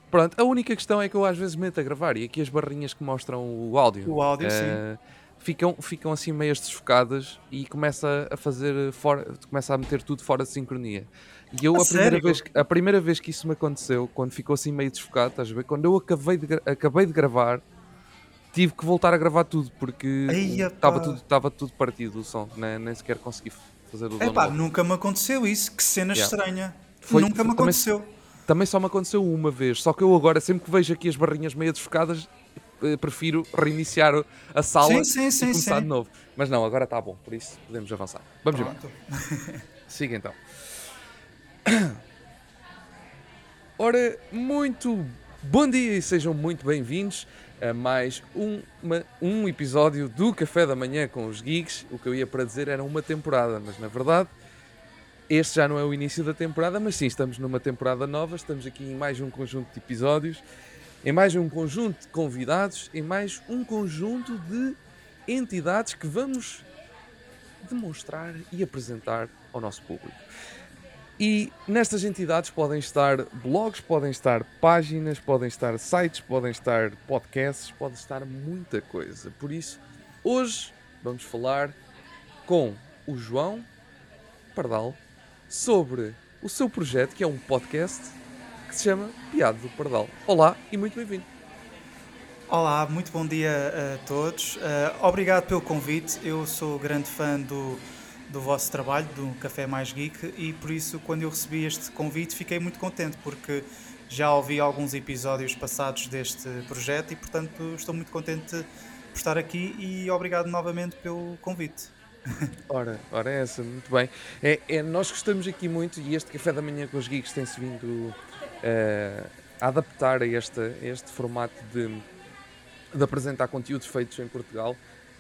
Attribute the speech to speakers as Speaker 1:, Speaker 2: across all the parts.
Speaker 1: Pronto, a única questão é que eu às vezes meto a gravar e aqui as barrinhas que mostram o áudio
Speaker 2: O áudio, sim.
Speaker 1: eh, ficam assim meias desfocadas e começa a fazer fora, começa a meter tudo fora de sincronia. E eu
Speaker 2: A
Speaker 1: a primeira
Speaker 2: sério?
Speaker 1: vez, a primeira vez que isso me aconteceu, quando ficou assim meio desfocado, estás a ver? Quando eu acabei de gravar, tive que voltar a gravar tudo porque
Speaker 2: Aí,
Speaker 1: estava tudo partido o som, nem sequer consegui fazer o
Speaker 2: epá,
Speaker 1: download.
Speaker 2: nunca me aconteceu isso. Que cena
Speaker 1: Yeah.
Speaker 2: estranha. Nunca me
Speaker 1: Também,
Speaker 2: aconteceu.
Speaker 1: também só me aconteceu uma vez, só que eu agora, sempre que vejo aqui as barrinhas meio desfocadas, prefiro reiniciar a
Speaker 2: Sim,
Speaker 1: sala
Speaker 2: sim,
Speaker 1: e
Speaker 2: sim,
Speaker 1: começar de
Speaker 2: sim.
Speaker 1: novo. Mas não, agora está bom, por isso podemos avançar. Vamos embora.
Speaker 2: Pronto.
Speaker 1: Siga então. Ora, muito bom dia e sejam muito bem-vindos a mais um episódio do Café da Manhã com os Geeks. O que eu ia para dizer era uma temporada, mas na verdade este já não é o início da temporada, mas sim, estamos numa temporada nova, estamos aqui em mais um conjunto de episódios, em mais um conjunto de convidados, em mais um conjunto de entidades que vamos demonstrar e apresentar ao nosso público. E nestas entidades podem estar blogs, podem estar páginas, podem estar sites, podem estar podcasts, pode estar muita coisa. Por isso, hoje vamos falar com o João Pardal sobre o seu projeto, que é um podcast que se chama Piado do Pardal. Olá e muito bem-vindo.
Speaker 2: Olá, muito bom dia a todos. Obrigado pelo convite. Eu sou grande fã do vosso trabalho, do Café Mais Geek, e por isso, quando eu recebi este convite, fiquei muito contente, porque já ouvi alguns episódios passados deste projeto e, portanto, estou muito contente por estar aqui e obrigado novamente pelo convite.
Speaker 1: Ora é essa, muito bem. Nós gostamos aqui muito e este Café da Manhã com os Geeks tem-se vindo a adaptar a este formato de apresentar conteúdos feitos em Portugal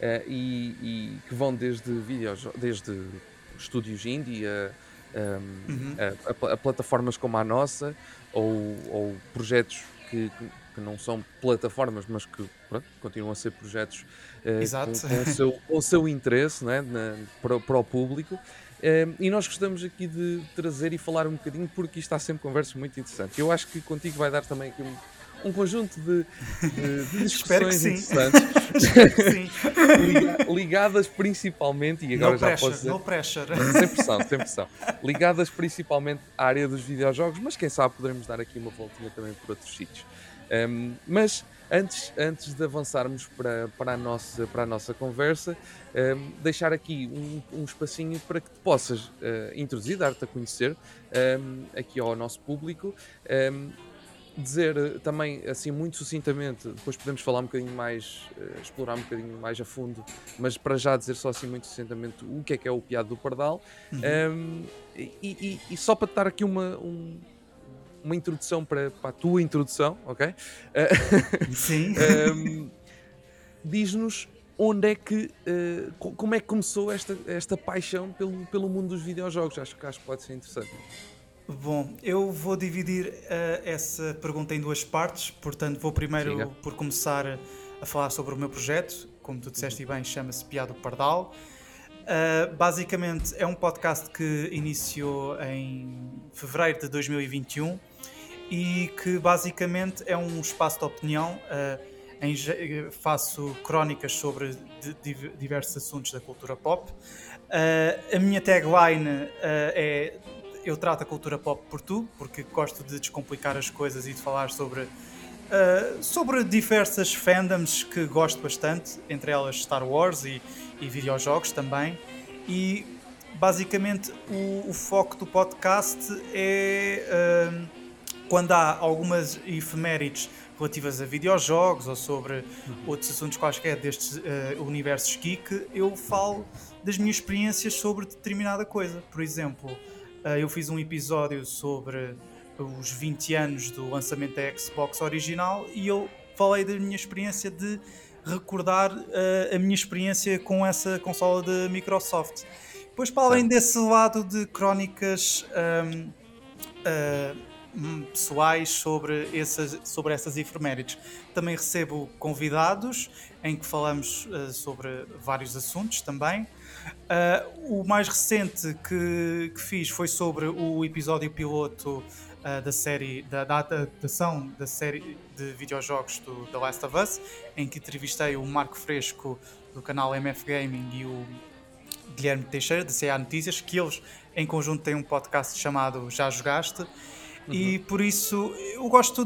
Speaker 1: e que vão desde desde estúdios indie
Speaker 2: Uhum.
Speaker 1: a plataformas como a nossa ou projetos que não são plataformas, mas que pronto, continuam a ser projetos
Speaker 2: Exato.
Speaker 1: com o seu interesse, né, para o público. E nós gostamos aqui de trazer e falar um bocadinho, porque isto está sempre conversas muito interessantes. Eu acho que contigo vai dar também aqui um conjunto de
Speaker 2: Espero que
Speaker 1: discussões
Speaker 2: sim.
Speaker 1: interessantes,
Speaker 2: Espero que sim.
Speaker 1: ligadas principalmente, e
Speaker 2: No
Speaker 1: agora já posso
Speaker 2: pressure,
Speaker 1: dizer,
Speaker 2: no pressure.
Speaker 1: sem pressão, sem pressão, ligadas principalmente à área dos videojogos, mas quem sabe poderemos dar aqui uma voltinha também por outros sítios. Mas antes de avançarmos para a nossa conversa, deixar aqui um espacinho para que te possas introduzir, dar-te a conhecer aqui ao nosso público. Um, Dizer também, assim, muito sucintamente, depois podemos falar um bocadinho mais, explorar um bocadinho mais a fundo, mas para já dizer só assim muito sucintamente o que é o Piado do Pardal.
Speaker 2: Uhum.
Speaker 1: E só para te dar aqui uma introdução para a tua introdução, ok? Eh,
Speaker 2: Sim.
Speaker 1: um, Diz-nos onde é que, como é que começou esta paixão pelo mundo dos videojogos. Acho que pode ser interessante.
Speaker 2: Bom, eu vou dividir essa pergunta em duas partes, portanto, vou
Speaker 1: Siga.
Speaker 2: primeiro por começar a falar sobre o meu projeto. Como tu
Speaker 1: Uhum.
Speaker 2: disseste bem, chama-se Piado Pardal. Basicamente, é um podcast que iniciou em fevereiro de 2021 e que basicamente é um espaço de opinião. Faço crónicas sobre diversos assuntos da cultura pop. A minha tagline é: eu trato a cultura pop por tu, porque gosto de descomplicar as coisas e de falar sobre diversas fandoms que gosto bastante, entre elas Star Wars e videojogos também. E basicamente o foco do podcast é quando há algumas efemérides relativas a videojogos ou sobre
Speaker 1: Uhum.
Speaker 2: outros assuntos quaisquer destes universos geek, eu falo das minhas experiências sobre determinada coisa. Por exemplo, eu fiz um episódio sobre os 20 anos do lançamento da Xbox original e eu falei da minha experiência de recordar a minha experiência com essa consola da Microsoft. Depois, para além
Speaker 1: Certo.
Speaker 2: desse lado de crónicas, pessoais sobre essas efemérides. Também recebo convidados em que falamos sobre vários assuntos também. O mais recente que fiz foi sobre o episódio piloto da série, da adaptação da série de videojogos do The Last of Us, em que entrevistei o Marco Fresco do canal MF Gaming e o Guilherme Teixeira, de CA Notícias, que eles em conjunto têm um podcast chamado Já Jogaste,
Speaker 1: Uhum.
Speaker 2: e por isso eu gosto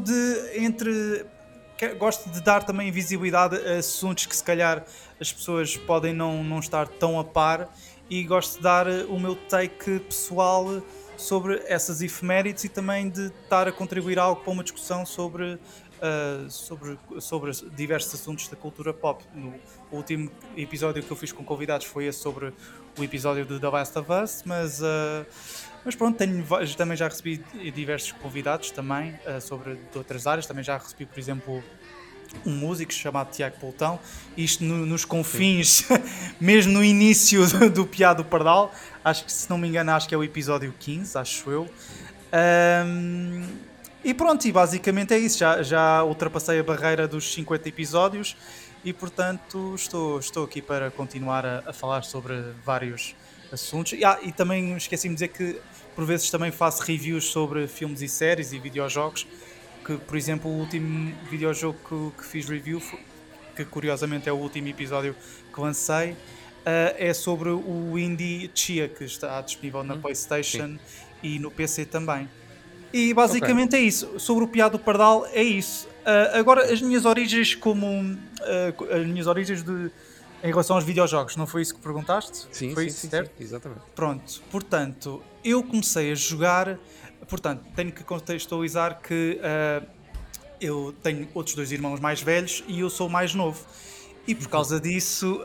Speaker 2: gosto de dar também visibilidade a assuntos que se calhar as pessoas podem não estar tão a par, e gosto de dar o meu take pessoal sobre essas efemérides e também de estar a contribuir algo para uma discussão sobre diversos assuntos da cultura pop. No último episódio que eu fiz com convidados foi esse sobre o episódio de The Last of Us, mas pronto, também já recebi diversos convidados também sobre de outras áreas. Também já recebi, por exemplo, um músico chamado Tiago Poltão, isto nos
Speaker 1: Sim.
Speaker 2: confins, mesmo no início do Piado do Pardal. Acho que, se não me engano, acho que é o episódio 15, acho eu. E pronto, e basicamente é isso. Já ultrapassei a barreira dos 50 episódios e, portanto, estou aqui para continuar a falar sobre vários assuntos. E também esqueci-me de dizer que, por vezes, também faço reviews sobre filmes e séries e videojogos. Que, por exemplo, o último videojogo que fiz review, que curiosamente é o último episódio que lancei, é sobre o Indie Chia, que está disponível na
Speaker 1: Sim.
Speaker 2: PlayStation e no PC também. E
Speaker 1: Ok.
Speaker 2: basicamente é isso. Sobre o Piado do Pardal é isso. Agora, as minhas origens as minhas origens em relação aos videojogos, não foi isso que perguntaste?
Speaker 1: Sim,
Speaker 2: Foi
Speaker 1: sim,
Speaker 2: isso,
Speaker 1: sim, sim,
Speaker 2: certo?
Speaker 1: exatamente.
Speaker 2: Pronto, portanto, eu comecei a jogar. Portanto, tenho que contextualizar que eu tenho outros dois irmãos mais velhos e eu sou o mais novo. E por causa disso,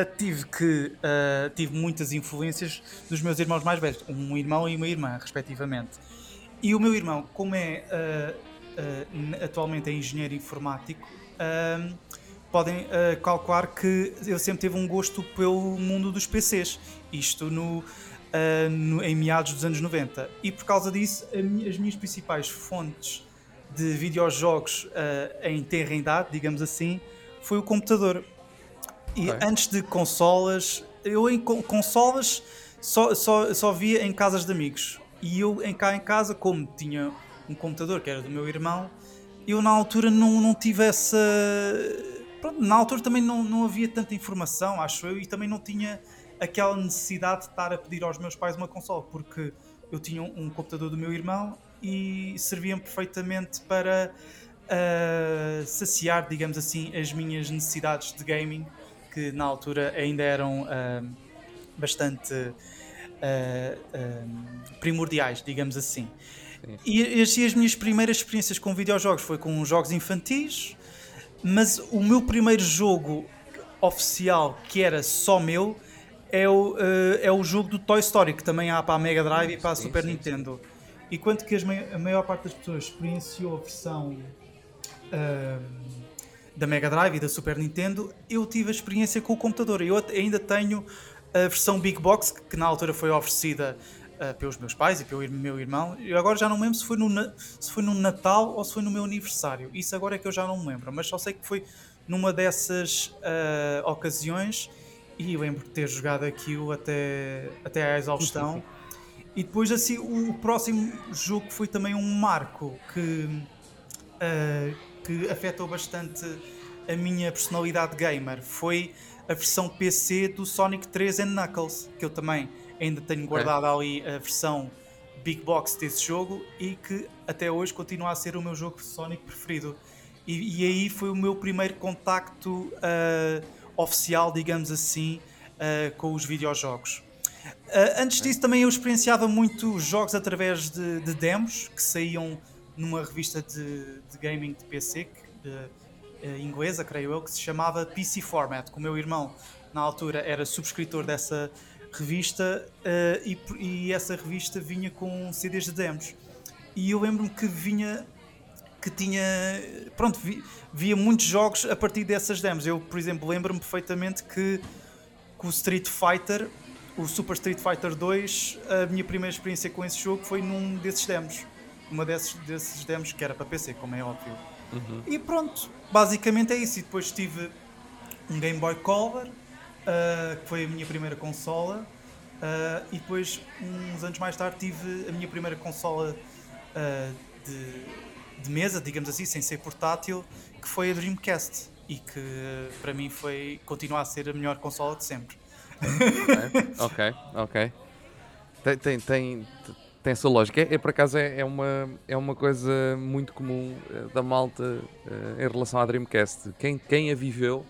Speaker 2: tive muitas influências dos meus irmãos mais velhos, um irmão e uma irmã, respectivamente. E o meu irmão, como atualmente é engenheiro informático, podem calcular que eu sempre tive um gosto pelo mundo dos PCs, isto em meados dos anos 90. E por causa disso, as minhas principais fontes de videojogos em tenra idade, digamos assim, foi o computador. E
Speaker 1: Ok.
Speaker 2: antes de consolas, eu em consolas só via em casas de amigos. E eu cá em casa, como tinha um computador que era do meu irmão, eu na altura não tive essa. Pronto, na altura também não havia tanta informação, acho eu, e também não tinha aquela necessidade de estar a pedir aos meus pais uma consola, porque eu tinha um computador do meu irmão e servia-me perfeitamente para saciar, digamos assim, as minhas necessidades de gaming, que na altura ainda eram bastante primordiais, digamos assim.
Speaker 1: Sim.
Speaker 2: E as minhas primeiras experiências com videojogos foi com jogos infantis, mas o meu primeiro jogo oficial, que era só meu, é o jogo do Toy Story, que também há para a Mega Drive e para a
Speaker 1: Sim,
Speaker 2: Super
Speaker 1: sim, sim.
Speaker 2: Nintendo. E quanto que a maior parte das pessoas experienciou a versão da Mega Drive e da Super Nintendo, eu tive a experiência com o computador. Eu ainda tenho a versão Big Box, que na altura foi oferecida pelos meus pais e pelo meu irmão. Eu agora já não me lembro se foi no Natal ou se foi no meu aniversário. Isso agora é que eu já não me lembro, mas só sei que foi numa dessas ocasiões, e lembro de ter jogado aquilo até à exaustão. E depois, assim, o próximo jogo foi também um marco que afetou bastante a minha personalidade gamer. Foi a versão PC do Sonic 3 and Knuckles, que eu também ainda tenho
Speaker 1: Ok.
Speaker 2: guardado ali a versão Big Box desse jogo, e que até hoje continua a ser o meu jogo Sonic preferido. E aí foi o meu primeiro contacto oficial, digamos assim, com os videojogos. Antes
Speaker 1: Ok.
Speaker 2: disso, também eu experienciava muito jogos através de demos que saíam numa revista de gaming de PC, inglesa, creio eu, que se chamava PC Format, que o meu irmão na altura era subscritor dessa revista, e essa revista vinha com CDs de demos. E eu lembro-me que tinha. Pronto, via muitos jogos a partir dessas demos. Eu, por exemplo, lembro-me perfeitamente que o Street Fighter, o Super Street Fighter 2, a minha primeira experiência com esse jogo foi num desses demos. uma desses demos que era para PC, como é óbvio.
Speaker 1: Uhum.
Speaker 2: E pronto, basicamente é isso. E depois tive um Game Boy Color, que foi a minha primeira consola, e depois, uns anos mais tarde, tive a minha primeira consola de mesa, digamos assim, sem ser portátil, que foi a Dreamcast. E que para mim continua a ser a melhor consola de sempre.
Speaker 1: Ok. Tem a sua lógica. Por acaso é uma coisa muito comum da malta em relação à Dreamcast. Quem a viveu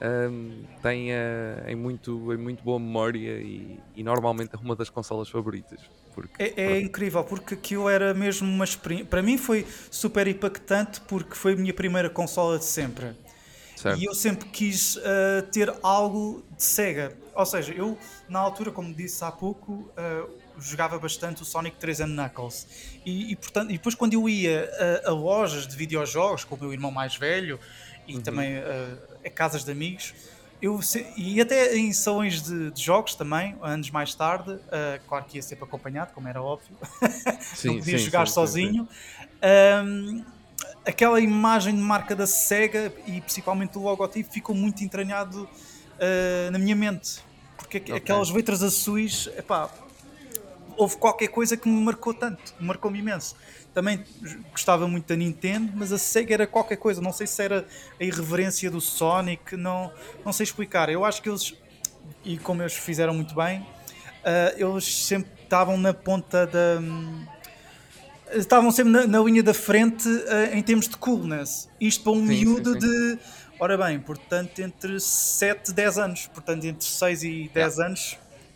Speaker 1: tem em muito boa memória e normalmente é uma das consolas favoritas. Porque,
Speaker 2: É
Speaker 1: pronto,
Speaker 2: incrível, porque aquilo era mesmo uma experiência. Para mim foi super impactante porque foi a minha primeira consola de sempre. E
Speaker 1: certo.
Speaker 2: eu sempre quis ter algo de Sega. Ou seja, eu na altura, como disse há pouco, jogava bastante o Sonic 3 and Knuckles. Portanto, e depois quando eu ia a lojas de videojogos, com o meu irmão mais velho, e
Speaker 1: Uhum.
Speaker 2: também a casas de amigos, e até em salões de jogos também, anos mais tarde, claro que ia sempre acompanhado, como era óbvio, não
Speaker 1: Sim,
Speaker 2: podia
Speaker 1: sim,
Speaker 2: jogar
Speaker 1: sim, sim, sim.
Speaker 2: sozinho. Ahm, Aquela imagem de marca da Sega e principalmente o logotipo ficou muito entranhado na minha mente, porque
Speaker 1: Ok.
Speaker 2: aquelas letras azuis, epá, houve qualquer coisa que me marcou tanto, marcou-me imenso. Também gostava muito da Nintendo, mas a Sega era qualquer coisa, não sei se era a irreverência do Sonic, não sei explicar. Eu acho que eles, e como eles fizeram muito bem, eles sempre estavam na ponta da. Estavam sempre na linha da frente em termos de coolness. Isto para um
Speaker 1: Sim, sim,
Speaker 2: miúdo
Speaker 1: sim.
Speaker 2: de. Ora bem, portanto, entre 7 e 10 anos. Portanto, entre 6 e
Speaker 1: Yeah.
Speaker 2: 10 anos,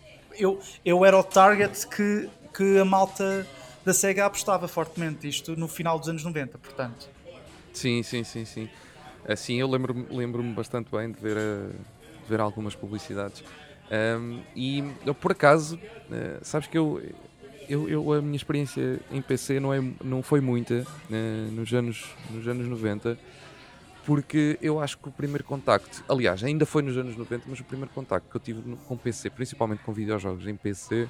Speaker 2: eu era o target que a malta da Sega apostava fortemente. Isto no final dos anos 90, portanto.
Speaker 1: Sim, sim, sim, sim. Assim, eu lembro-me bastante bem de ver algumas publicidades. E eu, por acaso, sabes que a minha experiência em PC não foi muita nos anos 90, porque eu acho que o primeiro contacto, aliás, ainda foi nos anos 90, mas o primeiro contacto que eu tive com PC, principalmente com videojogos em PC,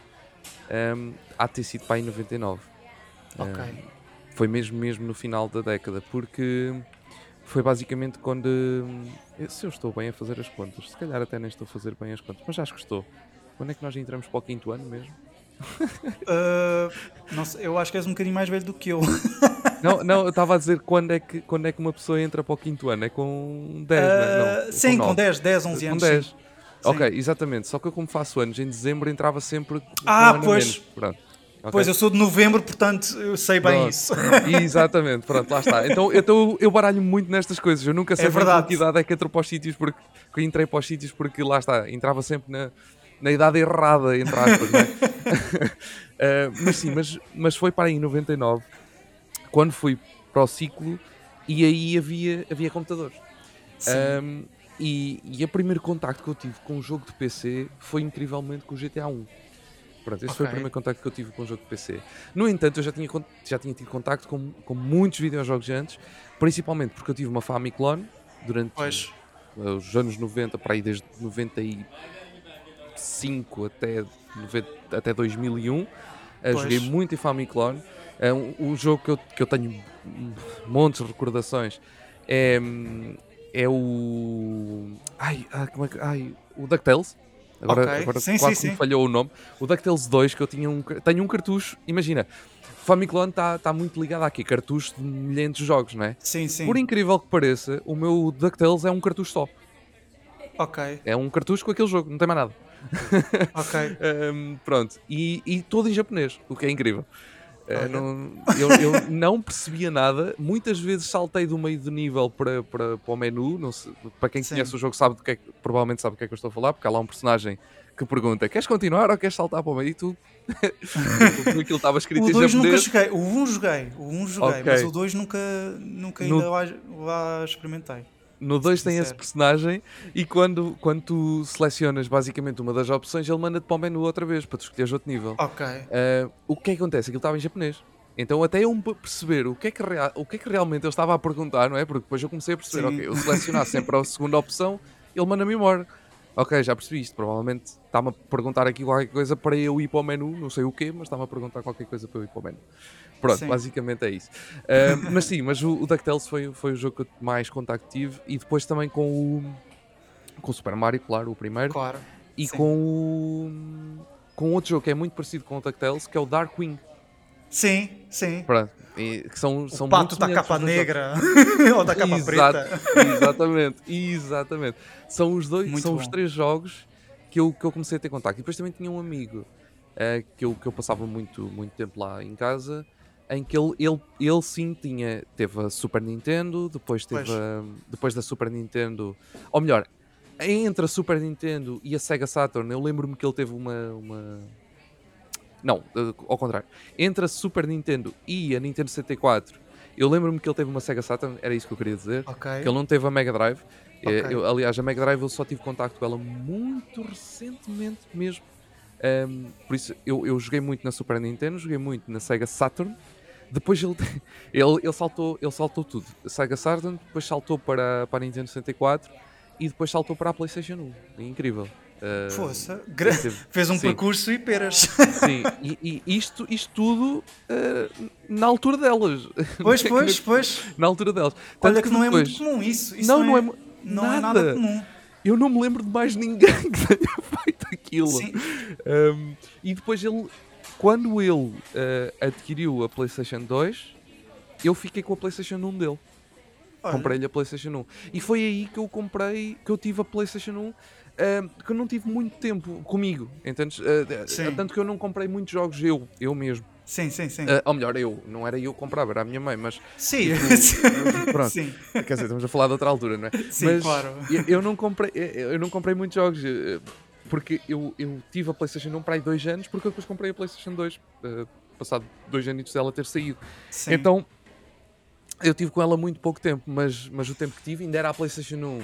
Speaker 1: há de ter sido para aí em 99.
Speaker 2: Ok.
Speaker 1: Foi mesmo no final da década, porque foi basicamente quando. Se eu estou bem a fazer as contas, se calhar até nem estou a fazer bem as contas, mas acho que estou. Quando é que nós entramos para o quinto ano mesmo?
Speaker 2: Não sei, eu acho que és um bocadinho mais velho do que eu.
Speaker 1: Não, não, eu estava a dizer quando é que uma pessoa entra para o quinto ano. É com 10, não é? Não, com
Speaker 2: Sim, com
Speaker 1: 9.
Speaker 2: 10, 11
Speaker 1: Com
Speaker 2: anos, sim.
Speaker 1: 10. Ok,
Speaker 2: Sim.
Speaker 1: exatamente. Só que eu, como faço anos em dezembro, entrava sempre com um
Speaker 2: Ah,
Speaker 1: ano a menos.
Speaker 2: pois,
Speaker 1: Pronto.
Speaker 2: pois
Speaker 1: Ok?
Speaker 2: eu sou de novembro, portanto eu sei bem
Speaker 1: Pronto.
Speaker 2: isso.
Speaker 1: Exatamente, pronto, lá está. Então eu baralho muito nestas coisas. Eu nunca
Speaker 2: É
Speaker 1: sei bem com que
Speaker 2: verdade.
Speaker 1: idade é que entro para os sítios, que entrei para os sítios, porque lá está, entrava sempre na idade errada, entre aspas, não é? Mas sim, mas foi para aí em 99, quando fui para o ciclo, e aí havia computadores.
Speaker 2: Sim.
Speaker 1: Um, e o primeiro contacto que eu tive com um jogo de PC foi incrivelmente com o GTA 1. Pronto, esse
Speaker 2: Ok.
Speaker 1: foi o primeiro contacto que eu tive com o jogo de PC. No entanto, eu já tinha tido contacto com muitos videojogos antes, principalmente porque eu tive uma Famiclone durante
Speaker 2: Pois.
Speaker 1: os anos 90, para aí desde 95 até 2001. Joguei
Speaker 2: Pois.
Speaker 1: muito em Famiclone. O jogo que eu tenho montes de recordações é, é o. O DuckTales.
Speaker 2: Ok.
Speaker 1: Agora
Speaker 2: Sim, sim,
Speaker 1: quase que me
Speaker 2: sim.
Speaker 1: falhou o nome. O DuckTales 2, que eu tenho um cartucho. Imagina, o Famiclone está muito ligado aqui, cartucho de milhares de jogos, não é?
Speaker 2: Sim,
Speaker 1: Por
Speaker 2: sim.
Speaker 1: incrível que pareça, o meu DuckTales é um cartucho só.
Speaker 2: Ok.
Speaker 1: É um cartucho com aquele jogo, não tem mais nada.
Speaker 2: Ok.
Speaker 1: Pronto, e todo em japonês, o que é incrível.
Speaker 2: Olha.
Speaker 1: Eu não percebia nada, muitas vezes saltei do meio do nível para o menu. Não sei, para quem
Speaker 2: Sim.
Speaker 1: conhece o jogo sabe provavelmente sabe do que é que eu estou a falar, porque há lá um personagem que pergunta: queres continuar ou queres saltar para o meio? E tu, aquilo estava escrito
Speaker 2: O
Speaker 1: em
Speaker 2: 2 nunca
Speaker 1: japonês.
Speaker 2: joguei. O um joguei. O um joguei.
Speaker 1: Ok,
Speaker 2: Mas o 2 nunca
Speaker 1: no,
Speaker 2: ainda lá experimentei.
Speaker 1: no
Speaker 2: Ser
Speaker 1: 2 tem esse
Speaker 2: sincero.
Speaker 1: personagem, e quando tu selecionas basicamente uma das opções, ele manda-te para o menu outra vez para tu escolheres outro nível.
Speaker 2: Ok.
Speaker 1: O que é que acontece? Aquilo estava em japonês. Então, até eu perceber o que é que realmente eu estava a perguntar, não é? Porque depois eu comecei a perceber, ok,
Speaker 2: Sim.
Speaker 1: eu selecionar sempre a segunda opção, ele manda-me embora. Ok, já percebi isto. Provavelmente está-me a perguntar aqui qualquer coisa para eu ir para o menu, não sei o quê, mas está-me a perguntar qualquer coisa para eu ir para o menu. Pronto,
Speaker 2: Sim,
Speaker 1: basicamente é isso. Mas sim, mas o DuckTales foi o jogo que eu mais contacto tive, e depois também com o Super Mario, claro, o primeiro,
Speaker 2: claro.
Speaker 1: e
Speaker 2: Sim.
Speaker 1: com outro jogo que é muito parecido com o DuckTales, que é o Darkwing.
Speaker 2: Sim, sim.
Speaker 1: Pronto, e que são,
Speaker 2: O
Speaker 1: são muito
Speaker 2: pato da
Speaker 1: semelhantes
Speaker 2: capa
Speaker 1: os dois jogos.
Speaker 2: negra ou da capa
Speaker 1: Exato,
Speaker 2: preta.
Speaker 1: exatamente. São
Speaker 2: Muito
Speaker 1: os
Speaker 2: bom.
Speaker 1: três jogos que eu comecei a ter contacto. E depois também tinha um amigo que eu passava muito tempo lá em casa, em que ele sim teve a Super Nintendo, depois teve
Speaker 2: Pois.
Speaker 1: depois da Super Nintendo, ou melhor, entre a Super Nintendo e a Sega Saturn, eu lembro-me que ele teve não, ao contrário. Entre a Super Nintendo e a Nintendo 64, eu lembro-me que ele teve uma Sega Saturn, era isso que eu queria dizer,
Speaker 2: Ok,
Speaker 1: que ele não teve a Mega Drive.
Speaker 2: ok.
Speaker 1: Aliás, a Mega Drive eu só tive contacto com ela muito recentemente mesmo. Por isso, eu joguei muito na Super Nintendo, joguei muito na Sega Saturn. Depois ele saltou tudo. A Sega Saturn, depois saltou para a Nintendo 64 e depois saltou para a PlayStation 1. É incrível.
Speaker 2: Força.
Speaker 1: Ele teve,
Speaker 2: Fez um
Speaker 1: sim.
Speaker 2: percurso e peras.
Speaker 1: Sim, e isto tudo na altura delas.
Speaker 2: Pois, pois, pois.
Speaker 1: Na altura delas. Tanto
Speaker 2: Olha
Speaker 1: que
Speaker 2: que não é muito
Speaker 1: depois.
Speaker 2: comum isso. Isso
Speaker 1: Não,
Speaker 2: não
Speaker 1: não é
Speaker 2: é, não é nada
Speaker 1: nada.
Speaker 2: comum.
Speaker 1: Eu não me lembro de mais ninguém que tenha feito aquilo.
Speaker 2: Sim.
Speaker 1: E depois quando ele adquiriu a PlayStation 2, eu fiquei com a PlayStation 1 dele.
Speaker 2: Olha.
Speaker 1: Comprei-lhe a PlayStation 1. E foi aí que eu tive a PlayStation 1, que eu não tive muito tempo comigo, entendes?
Speaker 2: Sim.
Speaker 1: Tanto que eu não comprei muitos jogos eu mesmo.
Speaker 2: Sim, sim, sim.
Speaker 1: Ou melhor, não era eu que comprava, era a minha mãe, mas
Speaker 2: Sim.
Speaker 1: tipo, pronto,
Speaker 2: Sim.
Speaker 1: quer dizer, estamos a falar de outra altura, não é?
Speaker 2: Sim,
Speaker 1: Mas
Speaker 2: claro.
Speaker 1: eu não comprei muitos jogos, porque eu tive a PlayStation 1 para aí 2 anos, porque eu depois comprei a PlayStation 2, passado 2 anos dela ter saído.
Speaker 2: Sim.
Speaker 1: Então eu tive com ela muito pouco tempo, mas o tempo que tive ainda era a PlayStation 1,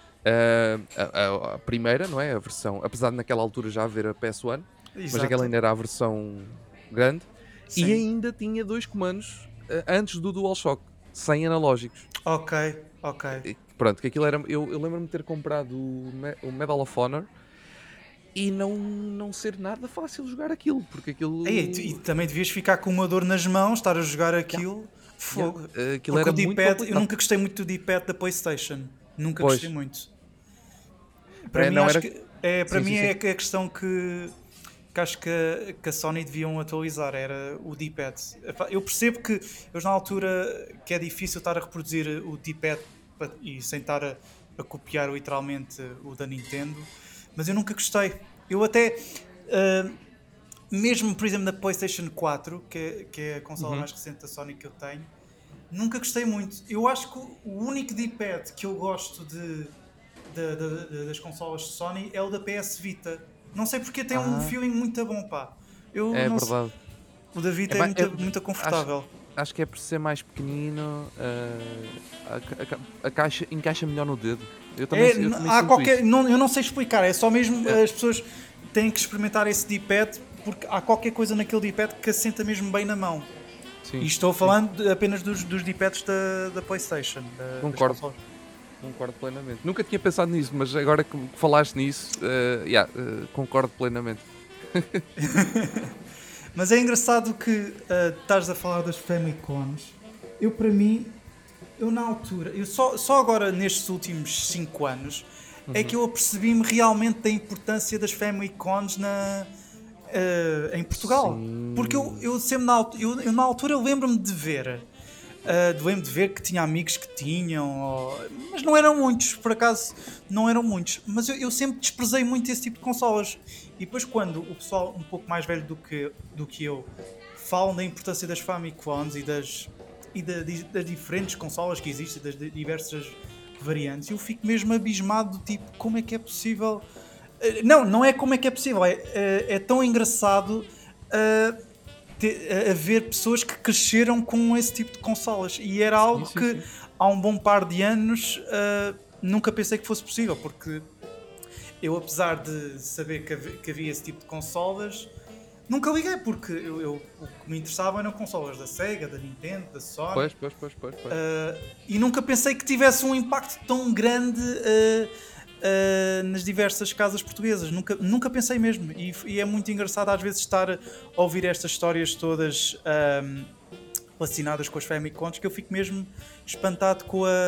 Speaker 1: a primeira, não é? A versão, apesar de naquela altura já haver a PS1, mas aquela
Speaker 2: Exato.
Speaker 1: ainda era a versão grande, e
Speaker 2: Sim.
Speaker 1: ainda tinha dois comandos antes do DualShock, sem analógicos.
Speaker 2: Ok, ok.
Speaker 1: Pronto, que aquilo era. Eu lembro-me de ter comprado o Medal of Honor e não ser nada fácil jogar aquilo, porque
Speaker 2: E
Speaker 1: aquilo.
Speaker 2: também devias ficar com uma dor nas mãos, estar a jogar
Speaker 1: Yeah,
Speaker 2: aquilo.
Speaker 1: yeah,
Speaker 2: Fogo.
Speaker 1: aquilo
Speaker 2: Porque o
Speaker 1: era muito
Speaker 2: D-pad, eu
Speaker 1: complicado.
Speaker 2: nunca gostei muito do D-pad da PlayStation. Nunca gostei
Speaker 1: Pois,
Speaker 2: muito. Para mim,
Speaker 1: não
Speaker 2: acho
Speaker 1: era.
Speaker 2: que é, para
Speaker 1: Sim, sim,
Speaker 2: mim é
Speaker 1: sim.
Speaker 2: a questão que acho que a Sony deviam atualizar, era o D-pad. Epá, eu percebo que eu na altura que é difícil estar a reproduzir o D-pad e sem estar a copiar literalmente o da Nintendo, mas eu nunca gostei. Eu até, ah, mesmo por exemplo na PlayStation 4, que é a consola
Speaker 1: Uhum.
Speaker 2: mais recente da Sony que eu tenho, nunca gostei muito. Eu acho que o único D-pad que eu gosto das consolas de Sony é o da PS Vita. Não sei porque tem um
Speaker 1: Ah,
Speaker 2: feeling muito bom, pá. Eu
Speaker 1: é
Speaker 2: não sei.
Speaker 1: verdade.
Speaker 2: O da
Speaker 1: É,
Speaker 2: Vita é muito
Speaker 1: acho,
Speaker 2: confortável.
Speaker 1: acho que é por ser mais pequenino, a caixa encaixa melhor no dedo. Eu também
Speaker 2: Há
Speaker 1: sinto
Speaker 2: qualquer,
Speaker 1: isso.
Speaker 2: não, eu não sei explicar, é só mesmo
Speaker 1: Yeah,
Speaker 2: as pessoas têm que experimentar esse D-pad porque há qualquer coisa naquele D-pad que assenta mesmo bem na mão. E
Speaker 1: sim,
Speaker 2: estou
Speaker 1: sim,
Speaker 2: falando apenas dos D-pads da PlayStation, das
Speaker 1: concordo.
Speaker 2: consolas.
Speaker 1: Concordo plenamente. Nunca tinha pensado nisso, mas agora que falaste nisso, concordo plenamente.
Speaker 2: Mas é engraçado que estás a falar das Famicoms. Eu, para mim, eu na altura, eu só agora nestes últimos 5 anos é que
Speaker 1: Uhum.
Speaker 2: eu apercebi-me realmente da importância das Famicoms em Portugal. Porque
Speaker 1: Sim.
Speaker 2: eu sempre eu na altura eu lembro-me de ver. Lembro de ver que tinha amigos que tinham, mas não eram muitos, por acaso não eram muitos. Mas eu sempre desprezei muito esse tipo de consolas. E depois, quando o pessoal um pouco mais velho do que eu falam da importância das Famicoms das diferentes consolas que existem, das diversas variantes, eu fico mesmo abismado, do tipo, como é que é possível. Não é como é que é possível, é tão engraçado. A ver pessoas que cresceram com esse tipo de consolas e era
Speaker 1: Sim,
Speaker 2: algo
Speaker 1: sim,
Speaker 2: que
Speaker 1: sim.
Speaker 2: há um bom par de anos nunca pensei que fosse possível, porque eu, apesar de saber que havia esse tipo de consolas, nunca liguei, porque o que me interessava eram consolas da Sega, da Nintendo, da Sony.
Speaker 1: Pois, pois, pois, pois, pois.
Speaker 2: E nunca pensei que tivesse um impacto tão grande nas diversas casas portuguesas. Nunca pensei mesmo. E é muito engraçado às vezes estar a ouvir estas histórias todas relacionadas com as Famicons, que eu fico mesmo espantado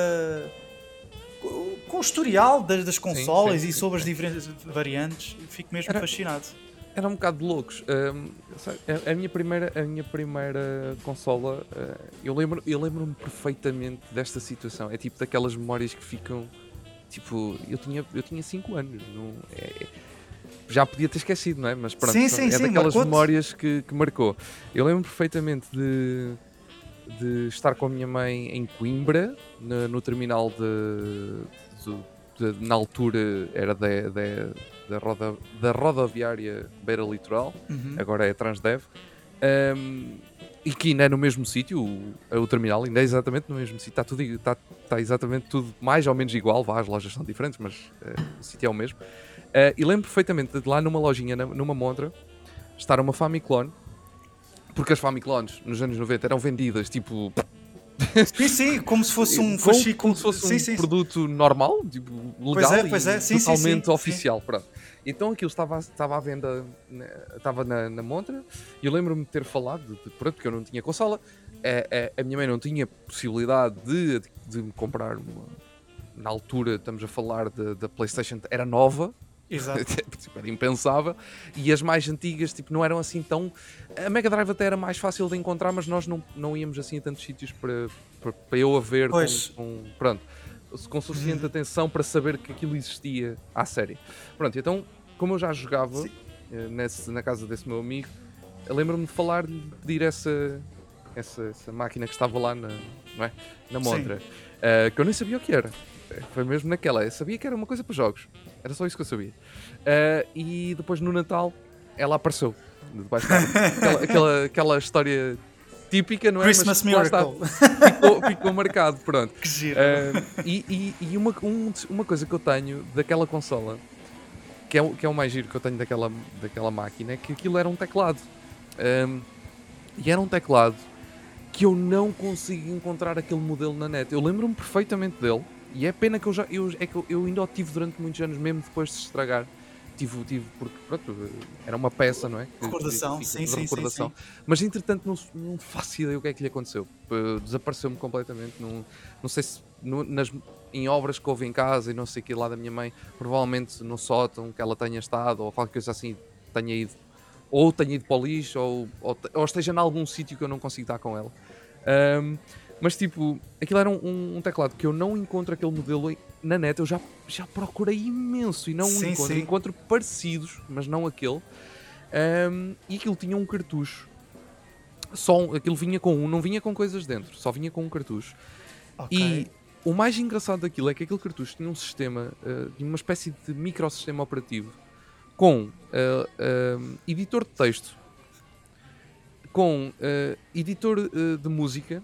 Speaker 2: com o historial das
Speaker 1: Sim, sim,
Speaker 2: consolas e
Speaker 1: sim.
Speaker 2: sobre as diferentes variantes. Fico mesmo
Speaker 1: Era,
Speaker 2: fascinado.
Speaker 1: era um bocado de loucos. Sabe, a minha primeira consola, eu lembro-me perfeitamente desta situação. É tipo daquelas memórias que ficam. Tipo, eu tinha 5 anos. Já podia ter esquecido, não é? Mas pronto,
Speaker 2: Sim, sim,
Speaker 1: é
Speaker 2: sim,
Speaker 1: daquelas
Speaker 2: marcou-te.
Speaker 1: memórias que marcou. Eu lembro perfeitamente de estar com a minha mãe em Coimbra, no terminal na altura era da rodoviária Beira Litoral,
Speaker 2: Uhum.
Speaker 1: agora é Transdev, e que ainda é no mesmo sítio, o terminal ainda é exatamente no mesmo sítio, está exatamente tudo mais ou menos igual, as lojas são diferentes, mas o sítio é o mesmo. E lembro perfeitamente de lá numa lojinha, numa montra, estar uma Famiclone, porque as Famiclones nos anos 90 eram vendidas tipo
Speaker 2: Sim, sim, como se fosse um
Speaker 1: como
Speaker 2: fascículo.
Speaker 1: se fosse
Speaker 2: Sim,
Speaker 1: um
Speaker 2: sim.
Speaker 1: produto normal, tipo, legal
Speaker 2: Pois é,
Speaker 1: e
Speaker 2: sim, sim, sim,
Speaker 1: totalmente
Speaker 2: sim.
Speaker 1: oficial, pronto. Então aquilo estava à venda, estava na montra, e eu lembro-me de ter falado, pronto, porque eu não tinha consola, a minha mãe não tinha possibilidade de me comprar na altura, estamos a falar da PlayStation, era nova,
Speaker 2: Exato.
Speaker 1: tipo, era impensável, e as mais antigas tipo, não eram assim tão. A Mega Drive até era mais fácil de encontrar, mas nós não íamos assim a tantos sítios para eu a ver
Speaker 2: Pois.
Speaker 1: pronto, com suficiente
Speaker 2: Uhum.
Speaker 1: atenção para saber que aquilo existia à série. Pronto, então, como eu já jogava
Speaker 2: Sim.
Speaker 1: na casa desse meu amigo, eu lembro-me de falar, de pedir essa máquina que estava lá não é? Na
Speaker 2: Sim.
Speaker 1: montra, que eu nem sabia o que era. Foi mesmo naquela, eu sabia que era uma coisa para jogos, era só isso que eu sabia. E depois no Natal ela apareceu debaixo da árvore. Aquela história típica, não é? Mas
Speaker 2: Christmas
Speaker 1: que lá está,
Speaker 2: Miracle.
Speaker 1: ficou marcado, pronto.
Speaker 2: Que giro.
Speaker 1: E uma coisa que eu tenho daquela consola, que é o mais giro que eu tenho daquela máquina, é que aquilo era um teclado. Um, e era um teclado que eu não consigo encontrar aquele modelo na net. Eu lembro-me perfeitamente dele, e é pena que eu ainda o tive durante muitos anos, mesmo depois de se estragar. Tive porque pronto, era uma peça, não é? Que
Speaker 2: Recordação.
Speaker 1: fica
Speaker 2: Sim,
Speaker 1: de
Speaker 2: sim, sim,
Speaker 1: recordação.
Speaker 2: sim.
Speaker 1: Mas entretanto não faço ideia o que é que lhe aconteceu. Desapareceu-me completamente. Não sei se em obras que houve em casa e não sei o que lá da minha mãe, provavelmente no sótão que ela tenha estado ou qualquer coisa assim, tenha ido. Ou tenha ido para o lixo, ou esteja em algum sítio que eu não consigo estar com ela. Ahm, mas tipo, aquilo era um teclado que eu não encontro aquele modelo na net. Eu já procurei imenso e não o
Speaker 2: Sim,
Speaker 1: encontro.
Speaker 2: sim.
Speaker 1: Encontro parecidos, mas não aquele. E aquilo tinha um cartucho. Aquilo vinha com não vinha com coisas dentro, só vinha com um cartucho.
Speaker 2: Ok.
Speaker 1: E o mais engraçado daquilo é que aquele cartucho tinha um sistema, tinha uma espécie de microsistema operativo com editor de texto, com editor de música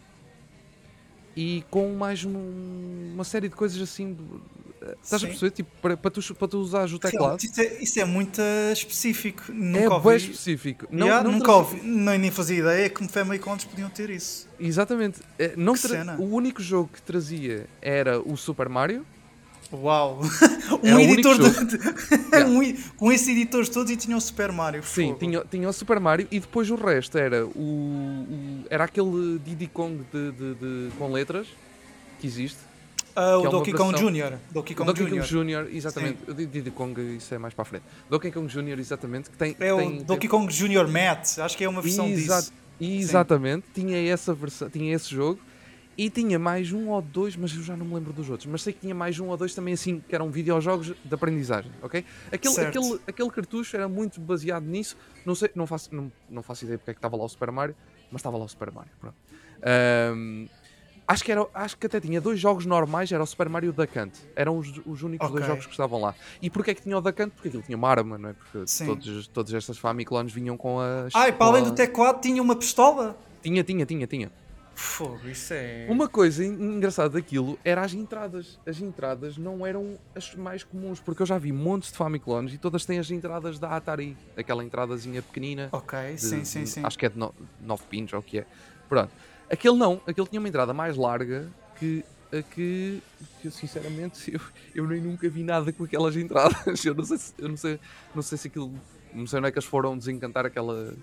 Speaker 1: e com mais uma série de coisas assim. Estás a
Speaker 2: Sim.
Speaker 1: perceber? Tipo, para tu usares o teclado.
Speaker 2: Realmente, isso é muito específico.
Speaker 1: É
Speaker 2: Nunca
Speaker 1: bem
Speaker 2: ouvi.
Speaker 1: específico. Não,
Speaker 2: Yeah,
Speaker 1: não
Speaker 2: nunca
Speaker 1: trazia.
Speaker 2: ouvi, nem fazia ideia que Famicons podiam ter isso.
Speaker 1: Exatamente.
Speaker 2: Que
Speaker 1: O
Speaker 2: cena.
Speaker 1: único jogo que trazia era o Super Mario.
Speaker 2: Uau! Um
Speaker 1: Era o único
Speaker 2: editor
Speaker 1: jogo. Yeah.
Speaker 2: com esses editores todos e tinha o Super Mario.
Speaker 1: Sim,
Speaker 2: Fogo.
Speaker 1: tinha o Super Mario e depois o resto era era aquele Diddy Kong com letras que existe,
Speaker 2: Ah,
Speaker 1: que
Speaker 2: o
Speaker 1: é uma
Speaker 2: Donkey Kong
Speaker 1: versão.
Speaker 2: Jr. Donkey
Speaker 1: O
Speaker 2: Kong
Speaker 1: Donkey Kong
Speaker 2: Jr.
Speaker 1: Jr.,
Speaker 2: Sim.
Speaker 1: exatamente. O Diddy Kong, isso é mais para a frente. Donkey Kong Jr., exatamente, que tem.
Speaker 2: É
Speaker 1: Que
Speaker 2: o
Speaker 1: tem
Speaker 2: Donkey Kong Jr. Matt. Acho que é uma versão
Speaker 1: Exato,
Speaker 2: disso. Sim.
Speaker 1: exatamente, tinha essa versão, tinha esse jogo e tinha mais um ou dois, mas eu já não me lembro dos outros. Mas sei que tinha mais um ou dois também assim, que eram videojogos de aprendizagem, ok? Aquele,
Speaker 2: Certo.
Speaker 1: aquele, aquele cartucho era muito baseado nisso. Não sei, não faço ideia porque é que estava lá o Super Mario, mas estava lá o Super Mario, pronto. Ahm, acho que até tinha dois jogos normais, era o Super Mario e o Duck Hunt. Eram os únicos
Speaker 2: Ok.
Speaker 1: dois jogos que estavam lá. E porquê é que tinha o Duck Hunt? Porque aquilo tinha uma arma, não é? Porque
Speaker 2: Sim.
Speaker 1: todas estas Famiclones vinham com
Speaker 2: Ah,
Speaker 1: as.
Speaker 2: e para além do teclado tinha uma pistola?
Speaker 1: Tinha.
Speaker 2: Fogo, isso é.
Speaker 1: Uma coisa engraçada daquilo era as entradas. As entradas não eram as mais comuns, porque eu já vi montes de Famiclones e todas têm as entradas da Atari. Aquela entradazinha pequenina,
Speaker 2: Ok, sim, sim, sim.
Speaker 1: acho que é de 9 pins ou o que é. Pronto. Aquele não, aquele tinha uma entrada mais larga que eu sinceramente eu nem nunca vi nada com aquelas entradas. Eu não sei se aquilo. Não sei onde é que eles foram desencantar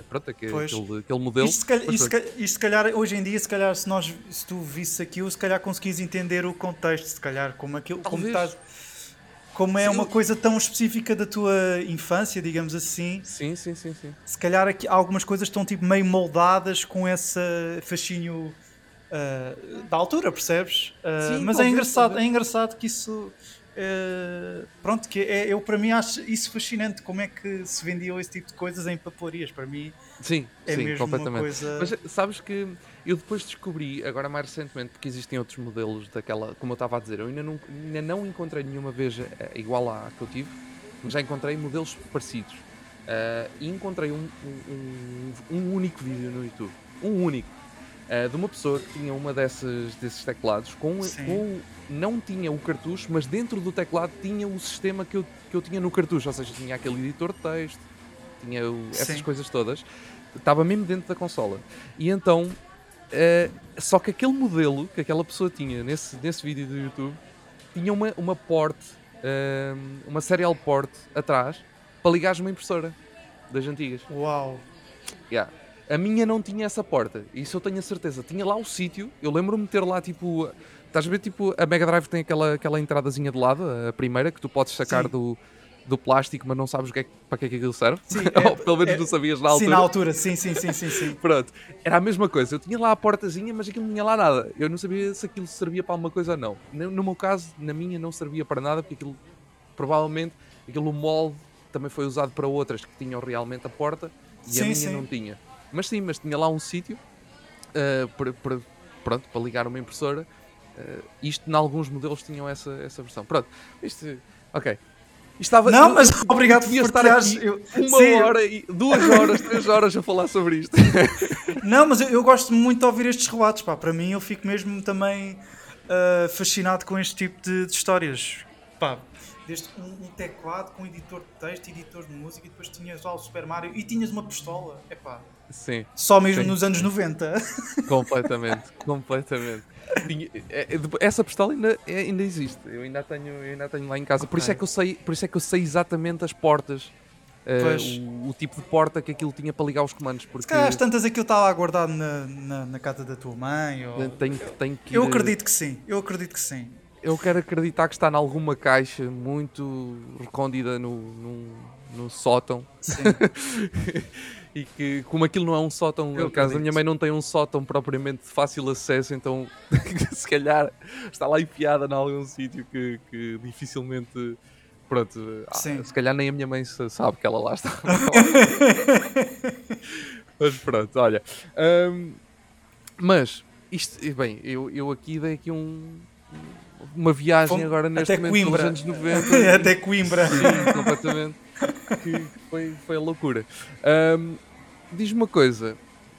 Speaker 1: pronto,
Speaker 2: Pois.
Speaker 1: aquele modelo. Mas pronto.
Speaker 2: Isto se calhar, hoje em dia, se calhar, se tu visses aquilo, se calhar conseguis entender o contexto, se calhar,
Speaker 1: Talvez.
Speaker 2: como é
Speaker 1: Sim,
Speaker 2: uma coisa tão específica da tua infância, digamos assim,
Speaker 1: sim, sim, sim, sim.
Speaker 2: se calhar aqui, algumas coisas estão tipo meio moldadas com esse fascínio da altura, percebes?
Speaker 1: Sim,
Speaker 2: Mas
Speaker 1: talvez, talvez.
Speaker 2: é engraçado que isso. Pronto, eu para mim acho isso fascinante, como é que se vendiam esse tipo de coisas em papelarias. Para mim
Speaker 1: Sim,
Speaker 2: é
Speaker 1: sim,
Speaker 2: mesmo uma
Speaker 1: completamente. Mas
Speaker 2: coisa.
Speaker 1: sabes que eu depois descobri, agora mais recentemente, porque existem outros modelos daquela, como eu estava a dizer, eu ainda não encontrei nenhuma vez igual à que eu tive, mas já encontrei modelos parecidos. E encontrei um único vídeo no YouTube, um único, de uma pessoa que tinha uma desses teclados,
Speaker 2: Sim,
Speaker 1: não tinha o cartucho, mas dentro do teclado tinha o sistema que eu tinha no cartucho, ou seja, tinha aquele editor de texto, tinha essas
Speaker 2: sim.
Speaker 1: coisas todas, estava mesmo dentro da consola. E então, só que aquele modelo que aquela pessoa tinha nesse vídeo do YouTube tinha uma port, uma serial port atrás para ligares uma impressora das antigas.
Speaker 2: Uau!
Speaker 1: Yeah. A minha não tinha essa porta, isso eu tenho a certeza. Tinha lá o sítio, eu lembro-me de ter lá tipo. Estás a ver, tipo, a Mega Drive tem aquela entradazinha de lado, a primeira, que tu podes sacar
Speaker 2: Sim,
Speaker 1: do plástico, mas não sabes para que é que aquilo serve.
Speaker 2: sim,
Speaker 1: Ou pelo menos não sabias na
Speaker 2: sim, na
Speaker 1: altura.
Speaker 2: altura, sim, sim, sim, sim, sim.
Speaker 1: Pronto, era a mesma coisa. Eu tinha lá a portazinha, mas aquilo não tinha lá nada. Eu não sabia se aquilo servia para alguma coisa ou não. No meu caso, na minha, não servia para nada, porque aquilo, provavelmente, aquele molde também foi usado para outras que tinham realmente a porta e a
Speaker 2: Sim,
Speaker 1: minha
Speaker 2: sim.
Speaker 1: não tinha. Mas tinha lá um sítio pronto, para ligar uma impressora. Isto, em alguns modelos, tinham essa versão. Pronto, isto, ok. Estava,
Speaker 2: Não, mas
Speaker 1: eu
Speaker 2: obrigado
Speaker 1: podia
Speaker 2: por
Speaker 1: estar
Speaker 2: partilhares.
Speaker 1: aqui 1 hora, 2 horas, 3 horas a falar sobre isto.
Speaker 2: Não, mas eu gosto muito de ouvir estes relatos, pá. Para mim, eu fico mesmo também fascinado com este tipo de histórias. Pá, desde um teclado com editor de texto, editor de música, e depois tinhas lá o Super Mario e tinhas uma pistola. É pá,
Speaker 1: Sim,
Speaker 2: só mesmo
Speaker 1: sim,
Speaker 2: nos anos
Speaker 1: sim.
Speaker 2: 90.
Speaker 1: Completamente, completamente. Essa pistola ainda existe. Eu ainda tenho lá em casa.
Speaker 2: Ok.
Speaker 1: Por isso é que eu sei exatamente as portas,
Speaker 2: Pois.
Speaker 1: o tipo de porta que aquilo tinha para ligar os comandos,
Speaker 2: Se calhar às
Speaker 1: porque
Speaker 2: tantas aquilo está lá guardado na casa da tua mãe. Ou...
Speaker 1: tenho que
Speaker 2: Eu
Speaker 1: ir.
Speaker 2: acredito que sim. Eu acredito que sim.
Speaker 1: Eu quero acreditar que está em alguma caixa muito recôndita no sótão.
Speaker 2: Sim,
Speaker 1: E que, como aquilo não é um sótão,
Speaker 2: eu
Speaker 1: a casa da minha
Speaker 2: acredito.
Speaker 1: mãe não tem um sótão propriamente de fácil acesso, então se calhar está lá enfiada em algum sítio que dificilmente. Pronto,
Speaker 2: Sim.
Speaker 1: se calhar nem a minha mãe sabe que ela lá está. Mas pronto, olha. hum, mas, isto, bem, eu aqui dei aqui uma viagem agora neste
Speaker 2: Até
Speaker 1: momento pelos
Speaker 2: Coimbra.
Speaker 1: anos 90
Speaker 2: Até Coimbra.
Speaker 1: sim, completamente, que foi a loucura. Hum, Diz-me uma coisa,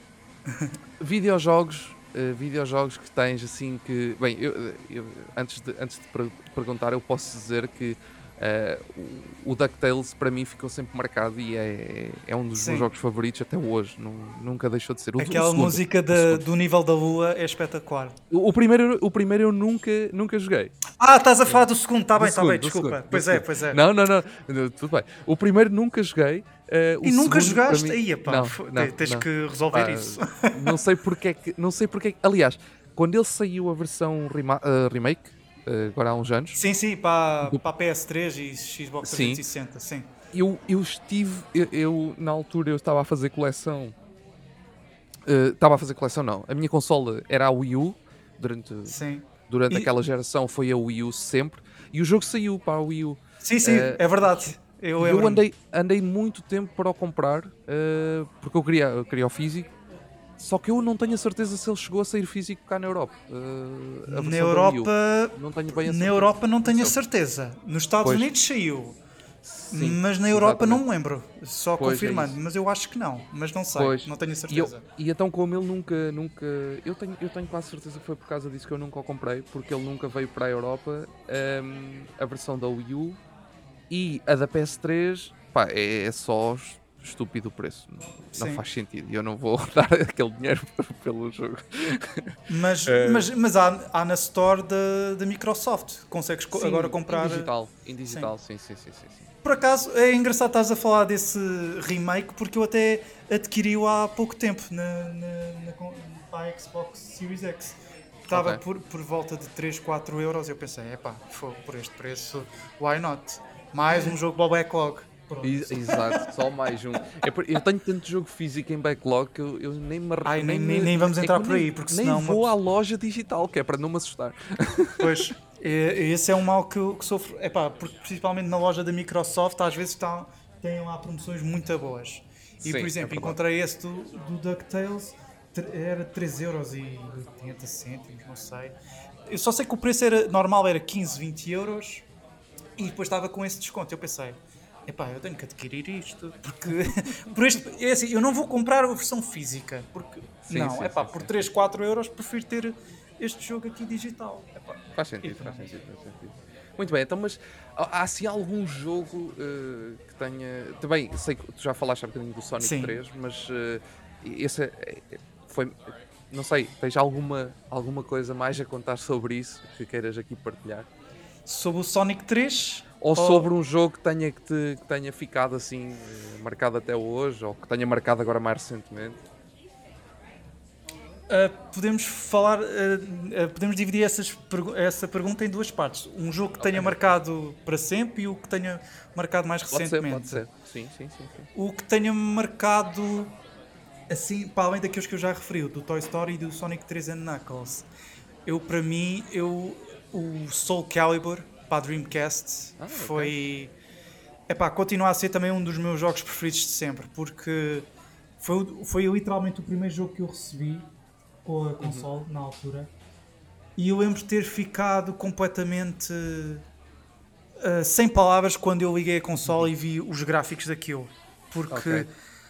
Speaker 1: videojogos que tens assim que... Bem, antes de perguntar, eu posso dizer que o DuckTales para mim ficou sempre marcado e é um dos meus
Speaker 2: Sim.
Speaker 1: jogos favoritos até hoje, nunca deixou de ser. O
Speaker 2: Aquela
Speaker 1: segundo,
Speaker 2: música
Speaker 1: o segundo.
Speaker 2: do nível da lua é espetacular.
Speaker 1: O primeiro eu nunca joguei.
Speaker 2: Ah, estás a falar do segundo. Está bem,
Speaker 1: Do segundo,
Speaker 2: desculpa.
Speaker 1: do
Speaker 2: Pois é,
Speaker 1: segundo.
Speaker 2: pois é.
Speaker 1: Não, não, não, tudo bem. O primeiro nunca joguei, o
Speaker 2: E nunca
Speaker 1: segundo para
Speaker 2: jogaste?
Speaker 1: mim,
Speaker 2: Aí, pá,
Speaker 1: não, não,
Speaker 2: tens
Speaker 1: não.
Speaker 2: que resolver
Speaker 1: Pá,
Speaker 2: isso.
Speaker 1: não sei porque, aliás, quando ele saiu a versão remake, agora há uns anos,
Speaker 2: Sim, sim,
Speaker 1: do-
Speaker 2: para a PS3 e Xbox
Speaker 1: sim,
Speaker 2: 360, sim.
Speaker 1: eu estive, na altura eu estava a fazer coleção, estava a fazer coleção não, a minha consola era a Wii U, durante,
Speaker 2: Sim.
Speaker 1: durante
Speaker 2: E,
Speaker 1: aquela geração foi a Wii U sempre, e o jogo saiu para a Wii U.
Speaker 2: sim, sim,
Speaker 1: Uh,
Speaker 2: é verdade. Eu
Speaker 1: E eu
Speaker 2: lembro-me.
Speaker 1: andei muito tempo para o comprar, porque eu queria o físico, só que eu não tenho a certeza se ele chegou a sair físico cá na Europa, a
Speaker 2: Na
Speaker 1: versão da Wii U.
Speaker 2: Europa,
Speaker 1: Não tenho bem a
Speaker 2: na
Speaker 1: certeza.
Speaker 2: Europa não tenho a
Speaker 1: Aconteceu.
Speaker 2: certeza. Nos Estados
Speaker 1: Pois,
Speaker 2: Unidos saiu,
Speaker 1: sim,
Speaker 2: mas na Europa não
Speaker 1: exatamente.
Speaker 2: me lembro. Só
Speaker 1: Pois é
Speaker 2: confirmando,
Speaker 1: isso.
Speaker 2: mas eu acho que não. Mas não sei,
Speaker 1: Pois.
Speaker 2: não tenho a
Speaker 1: E, eu,
Speaker 2: certeza.
Speaker 1: e então como ele nunca... Eu tenho quase certeza que foi por causa disso que eu nunca o comprei, porque ele nunca veio para a Europa, a versão da Wii U. E a da PS3, pá, é só estúpido o preço. Não
Speaker 2: Sim.
Speaker 1: faz sentido. E eu não vou dar aquele dinheiro pelo jogo.
Speaker 2: Mas,
Speaker 1: Eh,
Speaker 2: mas, mas há na Store da Microsoft. Consegues
Speaker 1: sim,
Speaker 2: agora
Speaker 1: em
Speaker 2: comprar.
Speaker 1: digital. Em
Speaker 2: Sim.
Speaker 1: digital, sim, sim, sim, sim, sim.
Speaker 2: Por acaso, é engraçado estás a falar desse remake porque eu até adquiri-o há pouco tempo para a Xbox Series X. Estava
Speaker 1: Ok.
Speaker 2: por volta de 3, 4 euros. Eu pensei, epá, por este preço, why not? Mais um jogo para o backlog. Pronto.
Speaker 1: Exato, só mais um. Eu tenho tanto jogo físico em backlog que eu nem me.
Speaker 2: Ai,
Speaker 1: Nem, me,
Speaker 2: nem vamos
Speaker 1: é que
Speaker 2: entrar
Speaker 1: eu
Speaker 2: por aí, porque
Speaker 1: nem
Speaker 2: senão
Speaker 1: vou à loja digital, que é para não me assustar.
Speaker 2: Pois, esse é um mal que sofro. Epá, porque principalmente na loja da Microsoft às vezes têm lá promoções muito boas. E por
Speaker 1: Sim, é
Speaker 2: exemplo,
Speaker 1: verdade.
Speaker 2: encontrei esse do DuckTales, era 3,80€, não sei. Eu só sei que o preço normal era 15, 20 euros e depois estava com esse desconto. Eu pensei, epá, eu tenho que adquirir isto, porque é assim, eu não vou comprar a versão física, porque
Speaker 1: Sim,
Speaker 2: não,
Speaker 1: sim,
Speaker 2: epá,
Speaker 1: sim,
Speaker 2: por
Speaker 1: sim.
Speaker 2: 3, 4 euros prefiro ter este jogo aqui digital. Epá,
Speaker 1: Faz
Speaker 2: e
Speaker 1: sentido, faz
Speaker 2: pronto.
Speaker 1: sentido, faz sentido. Muito bem, então, mas há assim algum jogo que tenha. Também sei que tu já falaste há bocadinho do Sonic
Speaker 2: Sim.
Speaker 1: 3, mas esse foi. Não sei, tens alguma coisa mais a contar sobre isso que queiras aqui partilhar?
Speaker 2: Sobre o Sonic 3,
Speaker 1: Ou
Speaker 2: ou,
Speaker 1: sobre um jogo que tenha ficado assim marcado até hoje, ou que tenha marcado agora mais recentemente?
Speaker 2: podemos falar, podemos dividir essa pergunta em duas partes. Um jogo que
Speaker 1: Ok,
Speaker 2: tenha
Speaker 1: ok.
Speaker 2: marcado para sempre e o que tenha marcado mais
Speaker 1: Pode ser, pode
Speaker 2: recentemente.
Speaker 1: ser. Sim, sim, sim, sim.
Speaker 2: O que tenha marcado, assim, para além daqueles que eu já referi, o do Toy Story e do Sonic 3 and Knuckles. Para mim, o Soul Calibur para a Dreamcast
Speaker 1: Ah, ok.
Speaker 2: foi. Epá, continua a ser também um dos meus jogos preferidos de sempre, porque foi literalmente o primeiro jogo que eu recebi com a
Speaker 1: Uhum.
Speaker 2: console na altura. E eu lembro de ter ficado completamente sem palavras quando eu liguei a console e vi os gráficos daquilo.
Speaker 1: Ok.
Speaker 2: Porque,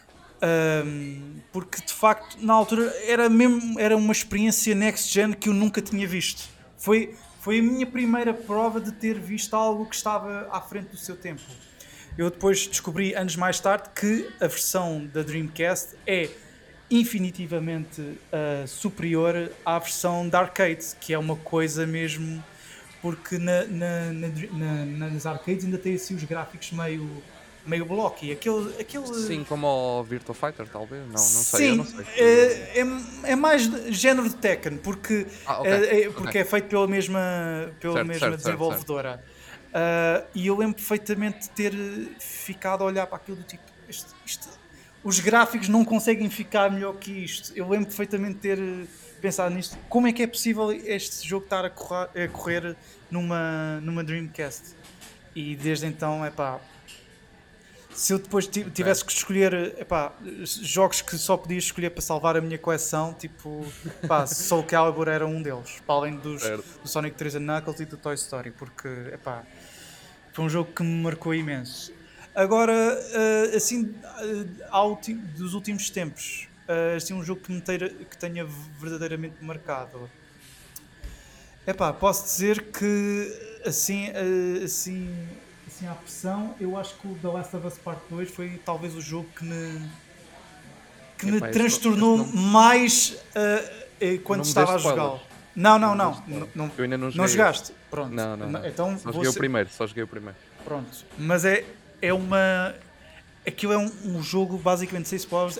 Speaker 2: porque de facto, na altura, era uma experiência next gen que eu nunca tinha visto. Foi a minha primeira prova de ter visto algo que estava à frente do seu tempo. Eu depois descobri, anos mais tarde, que a versão da Dreamcast é infinitivamente superior à versão da arcade, que é uma coisa mesmo. Porque nas arcades ainda tem assim os gráficos meio blocky. Aquele
Speaker 1: Sim, como o Virtua Fighter, talvez? Não, não sei, eu não
Speaker 2: sim,
Speaker 1: sei.
Speaker 2: é mais género de Tekken, porque
Speaker 1: Ah, ok, ok.
Speaker 2: porque é feito pela
Speaker 1: Certo,
Speaker 2: mesma
Speaker 1: certo, certo, certo.
Speaker 2: desenvolvedora. E eu lembro perfeitamente de ter ficado a olhar para aquilo do tipo, os gráficos não conseguem ficar melhor que isto. Eu lembro perfeitamente de ter pensado nisto. Como é que é possível este jogo estar a correr numa Dreamcast? E desde então, é pá, se eu depois
Speaker 1: Ok.
Speaker 2: tivesse que escolher epá, jogos que só podia escolher para salvar a minha coleção, tipo, pá, Soul Calibur era um deles, para além
Speaker 1: Certo.
Speaker 2: do Sonic 3 and Knuckles e do Toy Story, porque epá, foi um jogo que me marcou imenso. Agora, assim, dos últimos tempos, assim, um jogo que tenha verdadeiramente marcado. Epá, posso dizer que assim à pressão, eu acho que o The Last of Us Part 2 foi talvez o jogo que me
Speaker 1: Epá, esse
Speaker 2: transtornou mais quando
Speaker 1: não me
Speaker 2: estava
Speaker 1: deste
Speaker 2: a
Speaker 1: spoilers.
Speaker 2: jogá-lo. Não,
Speaker 1: Não
Speaker 2: não,
Speaker 1: me deste
Speaker 2: não,
Speaker 1: spoilers.
Speaker 2: não,
Speaker 1: Que eu ainda não
Speaker 2: não
Speaker 1: joguei esse.
Speaker 2: jogaste. Pronto,
Speaker 1: Não, não, não.
Speaker 2: então
Speaker 1: Só
Speaker 2: vou
Speaker 1: joguei o
Speaker 2: ser.
Speaker 1: primeiro, só joguei o primeiro.
Speaker 2: Pronto, mas é uma. Aquilo é um jogo, basicamente, sem spoilers,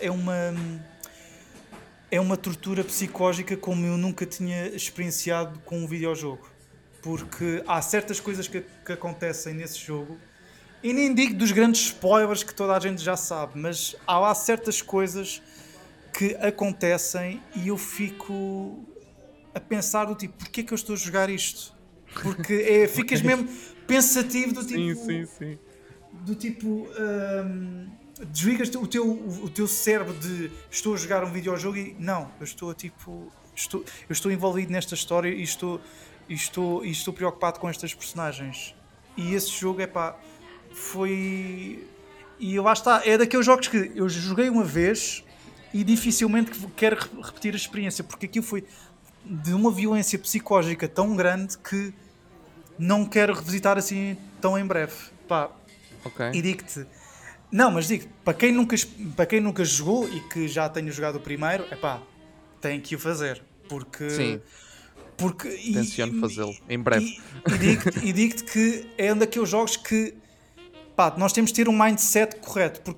Speaker 2: é uma tortura psicológica como eu nunca tinha experienciado com um videojogo. Porque há certas coisas que acontecem nesse jogo, e nem digo dos grandes spoilers que toda a gente já sabe, mas há lá certas coisas que acontecem e eu fico a pensar do tipo, porquê que eu estou a jogar isto? Porque ficas
Speaker 1: Ok.
Speaker 2: mesmo pensativo
Speaker 1: Sim, sim, sim.
Speaker 2: do tipo desligas o teu cérebro de estou a jogar um videojogo e não, eu estou a tipo eu estou envolvido nesta história e estou preocupado com estas personagens e esse jogo é pá foi e lá está, é daqueles jogos que eu joguei uma vez e dificilmente quero repetir a experiência porque aquilo foi de uma violência psicológica tão grande que não quero revisitar assim tão em breve. Pá,
Speaker 1: Ok.
Speaker 2: e digo-te, não, mas digo para quem nunca jogou e que já tenha jogado o primeiro, é pá, tem que o fazer. Porque,
Speaker 1: Sim,
Speaker 2: porque
Speaker 1: tenciono fazê-lo em breve.
Speaker 2: e digo-te que é um daqueles jogos que Pá, nós temos de ter um mindset correto, porque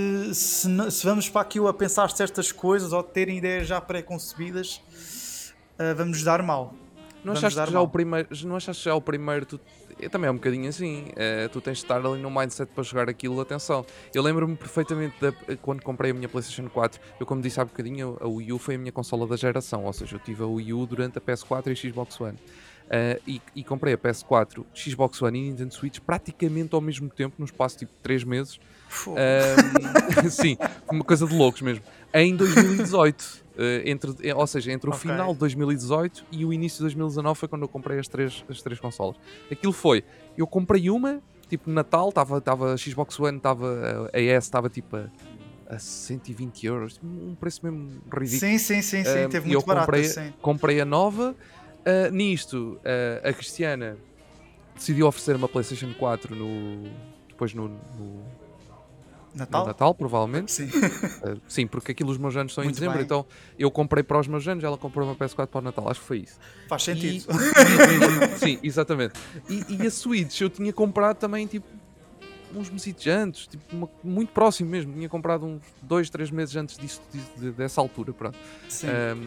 Speaker 2: se vamos para aquilo a pensar certas coisas ou terem ideias já pré-concebidas, vamos dar mal.
Speaker 1: Não
Speaker 2: Vamos
Speaker 1: achaste
Speaker 2: dar
Speaker 1: que já o
Speaker 2: mal.
Speaker 1: primeiro, não achaste já o primeiro, também é um bocadinho assim, tu tens de estar ali no mindset para jogar aquilo, atenção. Eu lembro-me perfeitamente quando comprei a minha PlayStation 4, eu como disse há bocadinho, a Wii U foi a minha consola da geração, ou seja, eu tive a Wii U durante a PS4 e a Xbox One. E comprei a PS4, Xbox One e Nintendo Switch praticamente ao mesmo tempo, num espaço tipo 3 meses.
Speaker 2: Fogo.
Speaker 1: Sim, foi uma coisa de loucos mesmo. Em 2018, ou seja, entre o
Speaker 2: Ok.
Speaker 1: final de 2018 e o início de 2019 foi quando eu comprei as três consolas. Aquilo foi, eu comprei uma, tipo Natal, estava a Xbox One, estava a S, estava tipo a 120 euros, um preço mesmo ridículo.
Speaker 2: Sim, teve
Speaker 1: E eu
Speaker 2: muito barata, sim.
Speaker 1: comprei a nova. Nisto, a Cristiana decidiu oferecer uma PlayStation 4 depois no
Speaker 2: Natal?
Speaker 1: Natal, provavelmente.
Speaker 2: Sim.
Speaker 1: Sim, porque aquilo os meus anos são em
Speaker 2: Muito
Speaker 1: dezembro,
Speaker 2: bem.
Speaker 1: então eu comprei para os meus anos, ela comprou uma PS4 para o Natal, acho que foi isso.
Speaker 2: Faz sentido.
Speaker 1: Sim, exatamente. E a Switch eu tinha comprado também, tipo, uns meses antes, tipo, muito próximo mesmo. Tinha comprado uns 2, 3 meses antes dessa altura, pronto.
Speaker 2: Sim.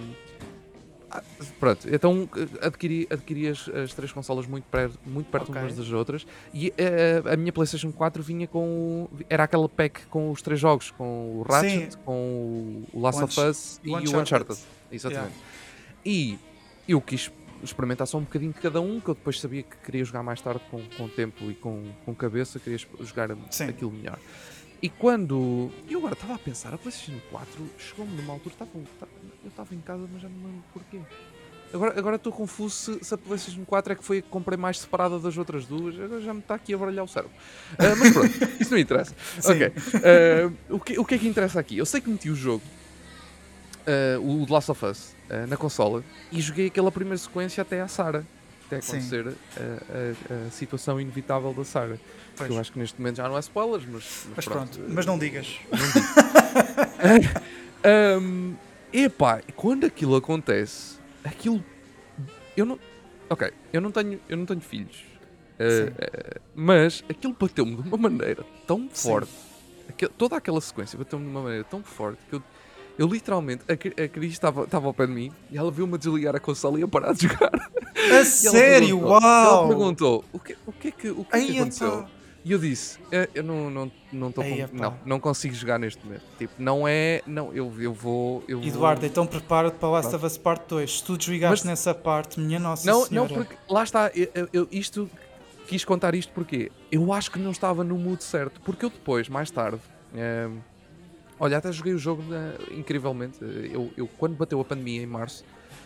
Speaker 1: Pronto, então adquiri as três consolas muito perto
Speaker 2: Ok.
Speaker 1: umas das outras. E a minha PlayStation 4 vinha com. Era aquela pack com os 3 jogos: com o Ratchet,
Speaker 2: Sim.
Speaker 1: com o Last
Speaker 2: O
Speaker 1: of Us
Speaker 2: e
Speaker 1: e
Speaker 2: o
Speaker 1: o
Speaker 2: Uncharted.
Speaker 1: Uncharted. Exatamente. E eu quis experimentar só um bocadinho de cada um, que eu depois sabia que queria jogar mais tarde com tempo e com cabeça, queria jogar
Speaker 2: Sim.
Speaker 1: aquilo melhor. E quando. Eu agora estava a pensar, a PlayStation 4 chegou-me numa altura, eu estava em casa, mas já não me lembro porquê. Agora estou confuso se a PlayStation 4 é que foi a que comprei mais separada das outras duas. Agora já me está aqui a baralhar o cérebro. Mas pronto, isso não interessa.
Speaker 2: Sim.
Speaker 1: Ok. O que é que interessa aqui? Eu sei que meti o jogo, o The Last of Us, na consola e joguei aquela primeira sequência até à Sarah. Até acontecer a situação inevitável da Sarah.
Speaker 2: Pois.
Speaker 1: Que eu acho que neste momento já não é spoilers,
Speaker 2: Mas pronto. Mas não digas.
Speaker 1: Não digo. Epá, quando aquilo acontece, aquilo. Eu não. Ok, eu não tenho filhos. Mas aquilo bateu-me de uma maneira tão forte. Toda aquela sequência bateu-me de uma maneira tão forte que eu literalmente. A Cris estava ao pé de mim e ela viu-me desligar a consola e a parar de jogar.
Speaker 2: A sério? Uau!
Speaker 1: Ela perguntou o que é que aconteceu?
Speaker 2: Epá.
Speaker 1: E eu disse, eu não consigo jogar neste momento. Tipo, não é. Não, eu vou.
Speaker 2: Eduardo, então prepara-te para Last of Us Part 2. Se tu desligaste nessa parte, minha nossa
Speaker 1: não,
Speaker 2: senhora.
Speaker 1: porque lá está. Isto quis contar isto porque eu acho que não estava no mood certo. Porque eu depois, mais tarde. Olha, até joguei o jogo incrivelmente. Eu quando bateu a pandemia em março.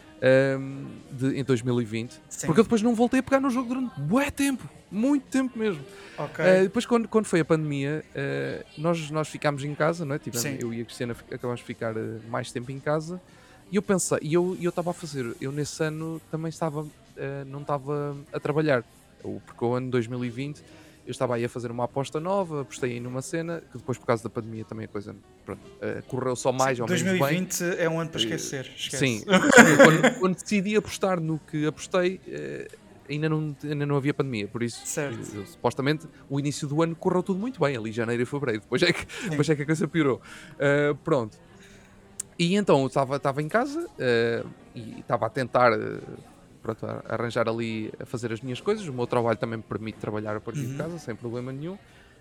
Speaker 1: Em 2020.
Speaker 2: Sim.
Speaker 1: Porque eu depois não voltei a pegar no jogo durante bué tempo. Muito tempo mesmo.
Speaker 2: Ok.
Speaker 1: Depois quando foi a pandemia, nós ficámos em casa, não é?
Speaker 2: Sim.
Speaker 1: Eu e a Cristiana acabámos de ficar mais tempo em casa. E eu pensei, eu estava a fazer, eu nesse ano também não estava a trabalhar. Porque o ano 2020 eu estava aí a fazer uma aposta nova, apostei aí numa cena, que depois por causa da pandemia também a coisa correu só mais ou menos bem.
Speaker 2: 2020 é um ano para esquecer. Esquece.
Speaker 1: Sim, quando decidi apostar no que apostei, ainda não havia pandemia, por isso supostamente o início do ano correu tudo muito bem, ali janeiro e fevereiro, depois é que a coisa piorou. Pronto. E então eu estava em casa e estava a tentar arranjar ali, a fazer as minhas coisas. O meu trabalho também me permite trabalhar a partir de casa, sem problema nenhum.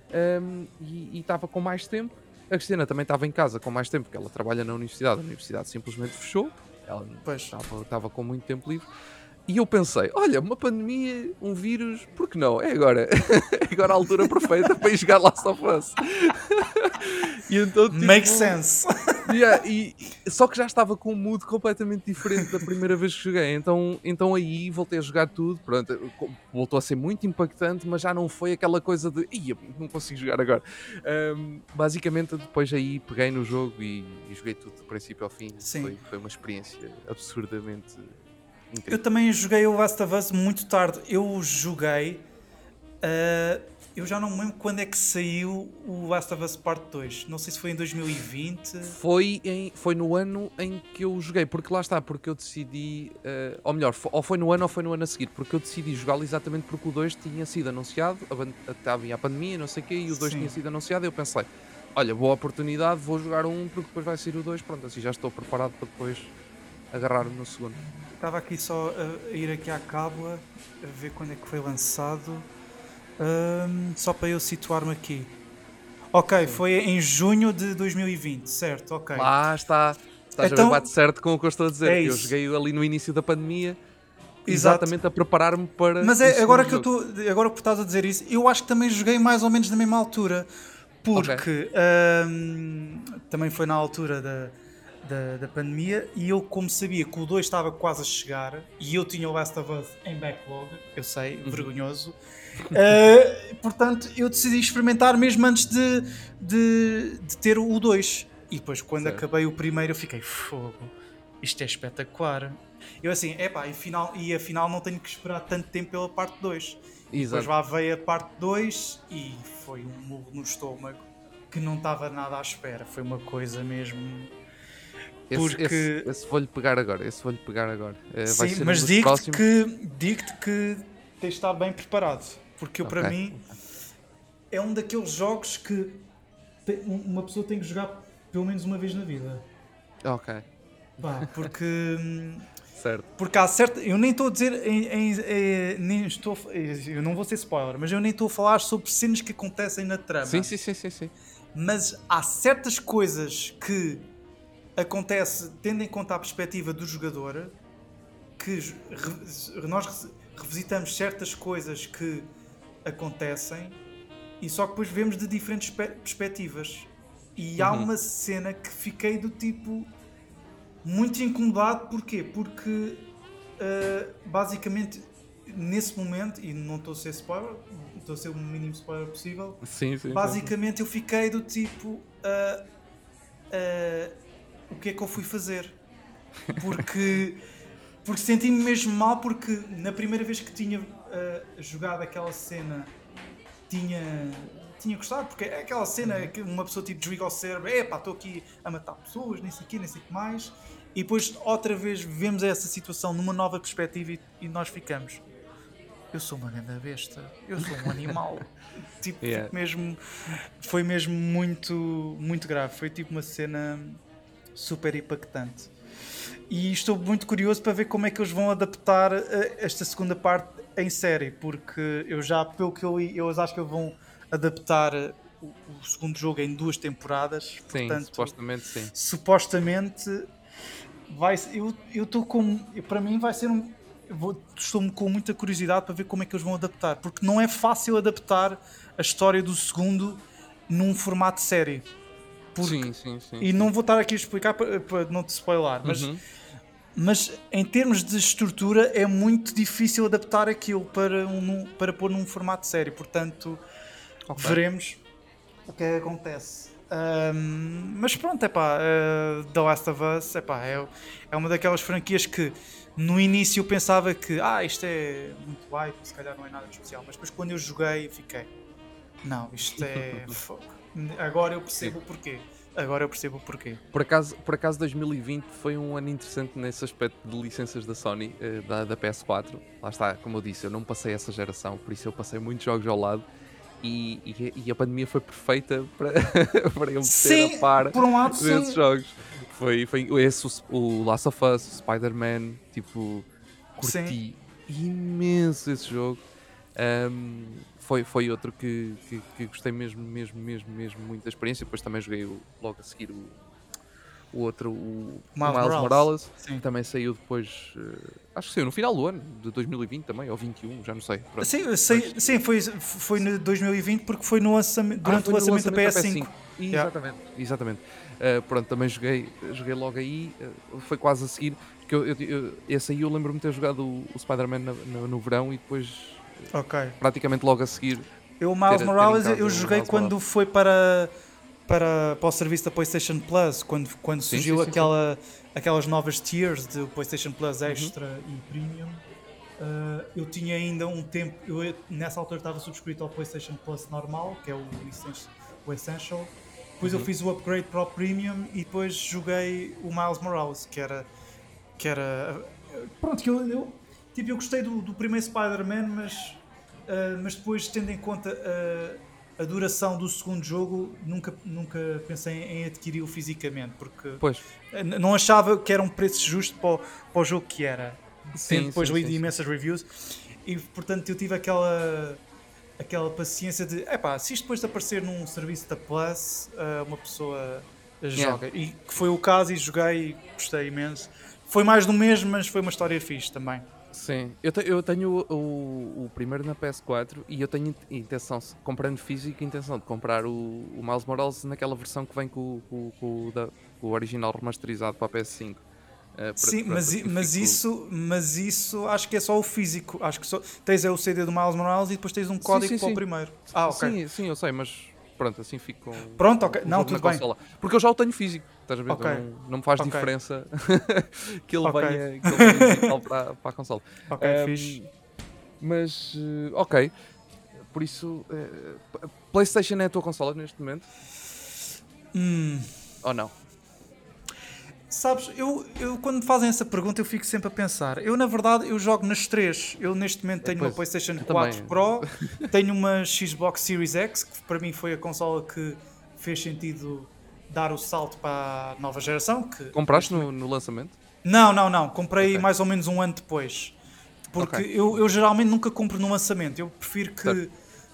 Speaker 1: E estava com mais tempo. A Cristina também estava em casa com mais tempo, porque ela trabalha na universidade. A universidade simplesmente fechou. Ela estava com muito tempo livre. E eu pensei, olha, uma pandemia, um vírus, por que não? É agora. É agora a altura perfeita para ir jogar Last of Us. E então, tipo,
Speaker 2: Makes sense.
Speaker 1: Só que já estava com um mood completamente diferente da primeira vez que joguei. Então aí voltei a jogar tudo. Pronto, voltou a ser muito impactante, mas já não foi aquela coisa de não consigo jogar agora. Basicamente, depois aí peguei no jogo e joguei tudo do princípio ao fim. Foi uma experiência absurdamente incrível.
Speaker 2: Eu também joguei o Last of Us muito tarde. Eu joguei Eu já não me lembro quando é que saiu o Last of Us Part 2. Não sei se foi em 2020.
Speaker 1: Foi no ano em que eu joguei, porque lá está, porque eu decidi, ou melhor, ou foi no ano ou foi no ano a seguir, porque eu decidi jogá-lo exatamente porque o 2 tinha sido anunciado, estava a pandemia, não sei o quê, e o 2 tinha
Speaker 2: Sim.
Speaker 1: sido anunciado, e eu pensei, olha, boa oportunidade, vou jogar um, porque depois vai sair o 2, pronto, assim já estou preparado para depois agarrar no segundo.
Speaker 2: Estava aqui só a ir aqui à cábula, a ver quando é que foi lançado. Só para eu situar-me aqui. Ok,
Speaker 1: Sim.
Speaker 2: foi em junho de 2020, certo, ok.
Speaker 1: Lá está, estás a ver,
Speaker 2: Então,
Speaker 1: bate certo com o que eu estou a dizer,
Speaker 2: é
Speaker 1: eu
Speaker 2: isso.
Speaker 1: joguei ali no início da pandemia,
Speaker 2: Exato.
Speaker 1: exatamente a preparar-me para
Speaker 2: Mas
Speaker 1: o
Speaker 2: é
Speaker 1: segundo
Speaker 2: agora que
Speaker 1: jogo.
Speaker 2: agora que estás a dizer isso, eu acho que também joguei mais ou menos na mesma altura,
Speaker 1: Ok.
Speaker 2: porque também foi na altura da pandemia e eu, como sabia que o 2 estava quase a chegar e eu tinha o Last of Us em backlog, eu sei,
Speaker 1: Uhum.
Speaker 2: vergonhoso, portanto eu decidi experimentar mesmo antes de ter o 2. E depois, quando
Speaker 1: Certo.
Speaker 2: acabei o primeiro, eu fiquei fogo, isto é espetacular. Eu assim, e afinal não tenho que esperar tanto tempo pela parte 2. E depois
Speaker 1: Exato.
Speaker 2: lá veio a parte 2 e foi um murro no estômago que não estava nada à espera. Foi uma coisa mesmo.
Speaker 1: Esse, esse,
Speaker 2: Porque,
Speaker 1: esse vou-lhe pegar agora. Esse vou-lhe pegar agora. Vai
Speaker 2: sim,
Speaker 1: ser um
Speaker 2: mas
Speaker 1: dos próximos.
Speaker 2: digo-te que tens de estar bem preparado. Porque eu,
Speaker 1: Ok.
Speaker 2: para mim, é um daqueles jogos que uma pessoa tem que jogar pelo menos uma vez na vida.
Speaker 1: Ok.
Speaker 2: Pá,
Speaker 1: Certo.
Speaker 2: porque há certa. Eu nem estou a dizer. Nem estou, eu não vou ser spoiler, mas eu nem estou a falar sobre cenas que acontecem na
Speaker 1: Sim,
Speaker 2: trama.
Speaker 1: sim, sim, sim, sim.
Speaker 2: Mas há certas coisas que acontece tendo em conta a perspectiva do jogador, que nós revisitamos certas coisas que acontecem e só que depois vemos de diferentes perspectivas. E há
Speaker 1: Uhum.
Speaker 2: uma cena que fiquei do tipo muito incomodado, porquê? Porque basicamente nesse momento, e não estou a ser spoiler, estou a ser o mínimo spoiler possível,
Speaker 1: Sim, sim, sim, sim.
Speaker 2: basicamente eu fiquei do tipo o que é que eu fui fazer? Porque, porque senti-me mesmo mal, porque na primeira vez que tinha jogado aquela cena tinha, tinha gostado, porque é aquela cena
Speaker 1: Uhum.
Speaker 2: que uma pessoa tipo desliga o cérebro, epá, estou aqui a matar pessoas, nem sei o quê, nem sei o que mais, e depois outra vez vemos essa situação numa nova perspectiva e nós ficamos, eu sou uma grande besta, eu sou um animal. Tipo,
Speaker 1: Yeah.
Speaker 2: foi mesmo muito grave, foi tipo uma cena super impactante. E estou muito curioso para ver como é que eles vão adaptar esta segunda parte em série, porque eu já, pelo que eu li, eles acho que vão adaptar o segundo jogo em 2 temporadas,
Speaker 1: Sim,
Speaker 2: portanto,
Speaker 1: supostamente sim.
Speaker 2: supostamente eu estou com, para mim vai ser estou com muita curiosidade para ver como é que eles vão adaptar, porque não é fácil adaptar a história do segundo num formato de série. Porque,
Speaker 1: Sim, sim, sim,
Speaker 2: e
Speaker 1: sim.
Speaker 2: não vou estar aqui a explicar para não te spoiler,
Speaker 1: Uhum.
Speaker 2: mas em termos de estrutura é muito difícil adaptar aquilo para pôr num formato de série, portanto
Speaker 1: Ok.
Speaker 2: veremos o que é que acontece. Mas pronto, The Last of Us é uma daquelas franquias que no início eu pensava que isto é muito hype, se calhar não é nada de especial, mas depois quando eu joguei fiquei, não, isto é fogo. Agora eu
Speaker 1: Sim.
Speaker 2: percebo o porquê. Agora eu percebo o porquê.
Speaker 1: Por acaso 2020 foi um ano interessante nesse aspecto de licenças da Sony, da PS4. Lá está, como eu disse, eu não passei essa geração, por isso eu passei muitos jogos ao lado e a pandemia foi perfeita para, para eu meter a
Speaker 2: Sim,
Speaker 1: par
Speaker 2: por um lado
Speaker 1: desses
Speaker 2: sim.
Speaker 1: jogos. Foi esse, o Last of Us, o Spider-Man, tipo,
Speaker 2: Sim.
Speaker 1: curti imenso esse jogo. Foi outro que gostei mesmo muito da experiência. Depois também joguei logo a seguir o outro, o
Speaker 2: Miles
Speaker 1: Miles
Speaker 2: Morales.
Speaker 1: Morales, que
Speaker 2: Sim.
Speaker 1: também saiu depois, acho que saiu no final do ano de 2020 também, ou 21, já não sei. Pronto. Mas,
Speaker 2: Sim, foi no 2020 porque foi no durante
Speaker 1: foi
Speaker 2: o
Speaker 1: no
Speaker 2: lançamento da
Speaker 1: lançamento da
Speaker 2: PS5.
Speaker 1: PS5.
Speaker 2: Yeah.
Speaker 1: Exatamente. Pronto, também joguei logo aí, foi quase a seguir, porque esse aí eu lembro-me de ter jogado o Spider-Man no verão e depois,
Speaker 2: Ok.
Speaker 1: praticamente logo a seguir,
Speaker 2: Eu, o
Speaker 1: ter,
Speaker 2: Miles
Speaker 1: ter em
Speaker 2: Morales,
Speaker 1: casa
Speaker 2: eu
Speaker 1: o
Speaker 2: joguei
Speaker 1: Miles Morales.
Speaker 2: quando foi para o serviço da PlayStation Plus, quando
Speaker 1: Sim, sim,
Speaker 2: surgiu
Speaker 1: sim, sim.
Speaker 2: aquelas novas tiers de PlayStation Plus
Speaker 1: Uhum.
Speaker 2: Extra e Premium. Eu tinha ainda um tempo, nessa altura estava subscrito ao PlayStation Plus normal, que é o Essential. Depois eu
Speaker 1: Uhum.
Speaker 2: fiz o upgrade para o Premium e depois joguei o Miles Morales, que era pronto, tipo, eu gostei do primeiro Spider-Man, mas depois, tendo em conta a duração do segundo jogo, nunca pensei em adquiri-lo fisicamente, porque
Speaker 1: Pois,
Speaker 2: não achava que era um preço justo para o jogo que era. Tendo
Speaker 1: sim,
Speaker 2: depois
Speaker 1: sim,
Speaker 2: lido
Speaker 1: sim, sim.
Speaker 2: imensas reviews e portanto eu tive aquela paciência de epá, se isto depois de aparecer num serviço da Plus, uma pessoa
Speaker 1: Yeah.
Speaker 2: joga. E que foi o caso e joguei e gostei imenso. Foi mais do mesmo, mas foi uma história fixe também.
Speaker 1: Sim, eu tenho o primeiro na PS4 e eu tenho intenção, comprando físico, intenção de comprar o Miles Morales naquela versão que vem com o original remasterizado para a PS5.
Speaker 2: Sim,
Speaker 1: Pronto, assim fico.
Speaker 2: mas isso acho que é só o físico. Acho que só tens o CD do Miles Morales e depois tens um
Speaker 1: Sim,
Speaker 2: código
Speaker 1: sim,
Speaker 2: para o
Speaker 1: sim.
Speaker 2: primeiro. Ah, ok.
Speaker 1: Sim, sim, eu sei, mas pronto, assim fico com
Speaker 2: Pronto,
Speaker 1: o,
Speaker 2: ok.
Speaker 1: o
Speaker 2: Não,
Speaker 1: jogo na
Speaker 2: tudo bem.
Speaker 1: consola. Porque eu já o tenho físico, estás a ver?
Speaker 2: Ok,
Speaker 1: Então não me faz
Speaker 2: ok,
Speaker 1: diferença
Speaker 2: ok,
Speaker 1: que ele venha digital para a consola.
Speaker 2: ok, fixe.
Speaker 1: Ahm, mas, ok. Por isso, PlayStation é a tua consola neste momento?
Speaker 2: Hum,
Speaker 1: Ou não?
Speaker 2: Sabes, eu quando me fazem essa pergunta eu fico sempre a pensar. Eu na verdade eu jogo nas três. Eu neste momento tenho uma
Speaker 1: Pois,
Speaker 2: PlayStation
Speaker 1: eu
Speaker 2: 4
Speaker 1: também.
Speaker 2: Pro, tenho uma Xbox Series X, que para mim foi a consola que fez sentido dar o salto para a nova geração, que
Speaker 1: Compraste
Speaker 2: neste
Speaker 1: no,
Speaker 2: momento...
Speaker 1: no lançamento?
Speaker 2: Não,
Speaker 1: Ok,
Speaker 2: comprei mais ou menos um ano depois. Porque
Speaker 1: ok,
Speaker 2: eu geralmente nunca compro no lançamento. Eu prefiro
Speaker 1: certo.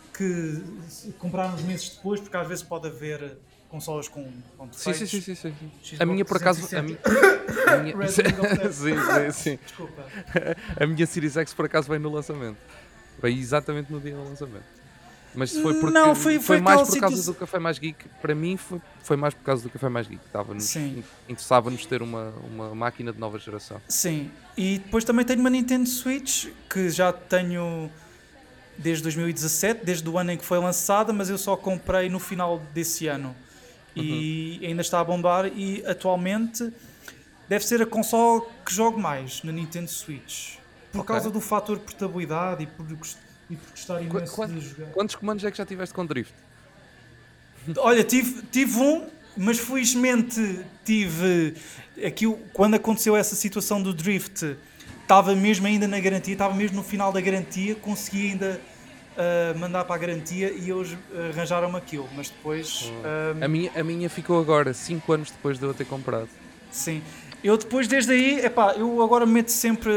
Speaker 2: que comprar uns meses depois, porque às vezes pode haver consolas com
Speaker 1: Sim, sim, sim,
Speaker 2: defeitos.
Speaker 1: sim, sim, sim. A minha
Speaker 2: Xbox
Speaker 1: por acaso,
Speaker 2: 360.
Speaker 1: a minha,
Speaker 2: Red Ring of Death.
Speaker 1: sim, sim, sim.
Speaker 2: Desculpa.
Speaker 1: A minha Series X por acaso veio no lançamento. Veio exatamente no dia do lançamento. Mas se foi
Speaker 2: Não,
Speaker 1: porque
Speaker 2: foi
Speaker 1: foi mais
Speaker 2: aquela
Speaker 1: por causa do
Speaker 2: situação.
Speaker 1: Café Mais Geek, para mim foi mais por causa do Café Mais Geek.
Speaker 2: Sim,
Speaker 1: Interessava-nos ter uma máquina de nova geração.
Speaker 2: sim. E depois também tenho uma Nintendo Switch que já tenho desde 2017, desde o ano em que foi lançada, mas eu só comprei no final desse ano.
Speaker 1: Uhum,
Speaker 2: E ainda está a bombar. E atualmente deve ser a consola que jogo mais na Nintendo Switch. Por
Speaker 1: ok.
Speaker 2: causa do fator portabilidade e por gostar
Speaker 1: Qu-
Speaker 2: imenso
Speaker 1: quan-
Speaker 2: de jogar.
Speaker 1: Quantos comandos é que já tiveste com Drift?
Speaker 2: Olha, tive um, mas felizmente tive. Quando aconteceu essa situação do drift, estava mesmo ainda na garantia, estava mesmo no final da garantia, consegui ainda mandar para a garantia e eles arranjaram-me aquilo, mas depois.
Speaker 1: Oh. A minha ficou agora, 5 anos depois de eu a ter comprado.
Speaker 2: Sim. Eu depois, desde aí, epá, eu agora meto sempre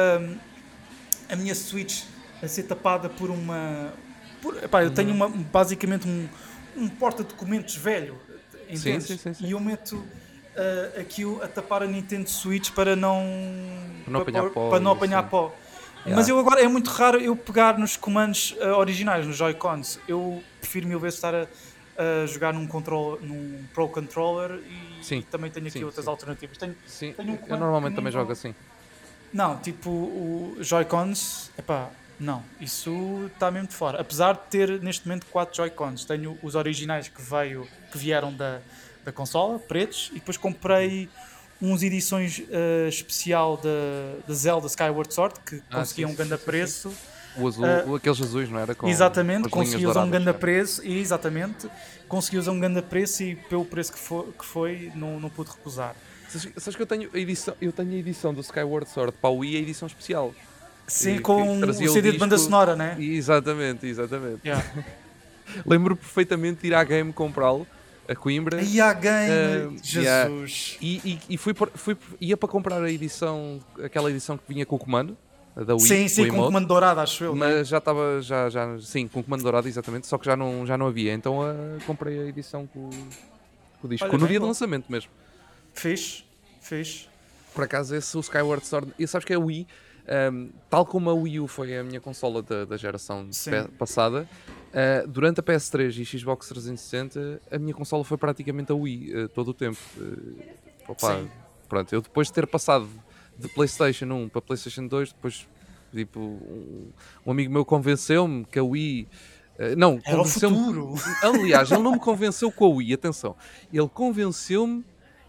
Speaker 2: a minha Switch a ser tapada por uma. Epá, eu tenho
Speaker 1: Uhum.
Speaker 2: basicamente um porta-documentos velho,
Speaker 1: Sim, sim,
Speaker 2: entendes?
Speaker 1: sim, sim.
Speaker 2: E eu meto aquilo a tapar a Nintendo Switch para não,
Speaker 1: Para não apanhar
Speaker 2: para
Speaker 1: pó
Speaker 2: não
Speaker 1: e
Speaker 2: apanhar
Speaker 1: assim.
Speaker 2: pó. Mas
Speaker 1: Yeah.
Speaker 2: eu agora é muito raro eu pegar nos comandos originais, nos Joy-Cons. Eu prefiro mil vezes estar a jogar num Pro Controller e
Speaker 1: Sim,
Speaker 2: também tenho aqui
Speaker 1: sim,
Speaker 2: outras
Speaker 1: sim.
Speaker 2: alternativas.
Speaker 1: Sim,
Speaker 2: Tenho um
Speaker 1: eu
Speaker 2: comando
Speaker 1: normalmente também jogo
Speaker 2: pequenino.
Speaker 1: assim.
Speaker 2: Não, tipo, o Joy-Cons, epá, não, isso está mesmo de fora. Apesar de ter neste momento 4 Joy-Cons, tenho os originais que vieram da consola, pretos, e depois
Speaker 1: Uhum.
Speaker 2: comprei uns edições especial da Zelda Skyward Sword que
Speaker 1: Sim,
Speaker 2: conseguiam um
Speaker 1: sim, sim,
Speaker 2: grande
Speaker 1: sim, sim.
Speaker 2: preço.
Speaker 1: O azul,
Speaker 2: Uh,
Speaker 1: aqueles azuis, não era? Com
Speaker 2: Exatamente,
Speaker 1: as linhas
Speaker 2: consegui usar um
Speaker 1: douradas.
Speaker 2: grande
Speaker 1: Já.
Speaker 2: preço, e exatamente, consegui usar um grande preço e pelo preço que foi não pude recusar.
Speaker 1: Sabes que eu tenho a edição do Skyward Sword para o Wii, a edição especial.
Speaker 2: Sim,
Speaker 1: Que
Speaker 2: com o
Speaker 1: trazia o
Speaker 2: CD de banda
Speaker 1: disco.
Speaker 2: sonora, né?
Speaker 1: Exatamente, exatamente.
Speaker 2: Yeah.
Speaker 1: Lembro perfeitamente de ir à game comprá-lo, a Coimbra.
Speaker 2: Aí a game,
Speaker 1: Yeah,
Speaker 2: Jesus.
Speaker 1: e ia para comprar aquela edição que vinha com o comando, a da Wii,
Speaker 2: Sim,
Speaker 1: com
Speaker 2: sim,
Speaker 1: o
Speaker 2: com o
Speaker 1: emote,
Speaker 2: comando dourado, acho eu, né?
Speaker 1: mas já estava, sim, com o comando dourado, exatamente, só que já não havia. Então comprei a edição com o disco,
Speaker 2: Olha,
Speaker 1: no
Speaker 2: bem
Speaker 1: dia do
Speaker 2: bom.
Speaker 1: lançamento mesmo.
Speaker 2: Fixe, fixe.
Speaker 1: Por acaso, esse o Skyward Sword, e sabes que é a Wii, tal como a Wii U foi a minha consola da geração
Speaker 2: Sim,
Speaker 1: passada, durante a PS3 e Xbox 360, a minha consola foi praticamente a Wii, todo o tempo. Opa,
Speaker 2: sim.
Speaker 1: pronto, eu depois de ter passado de PlayStation 1 para PlayStation 2, depois, tipo, um amigo meu convenceu-me que a Wii. Não,
Speaker 2: Era o
Speaker 1: convenceu-me.
Speaker 2: futuro.
Speaker 1: Aliás, ele não me convenceu com a Wii, atenção. Ele convenceu-me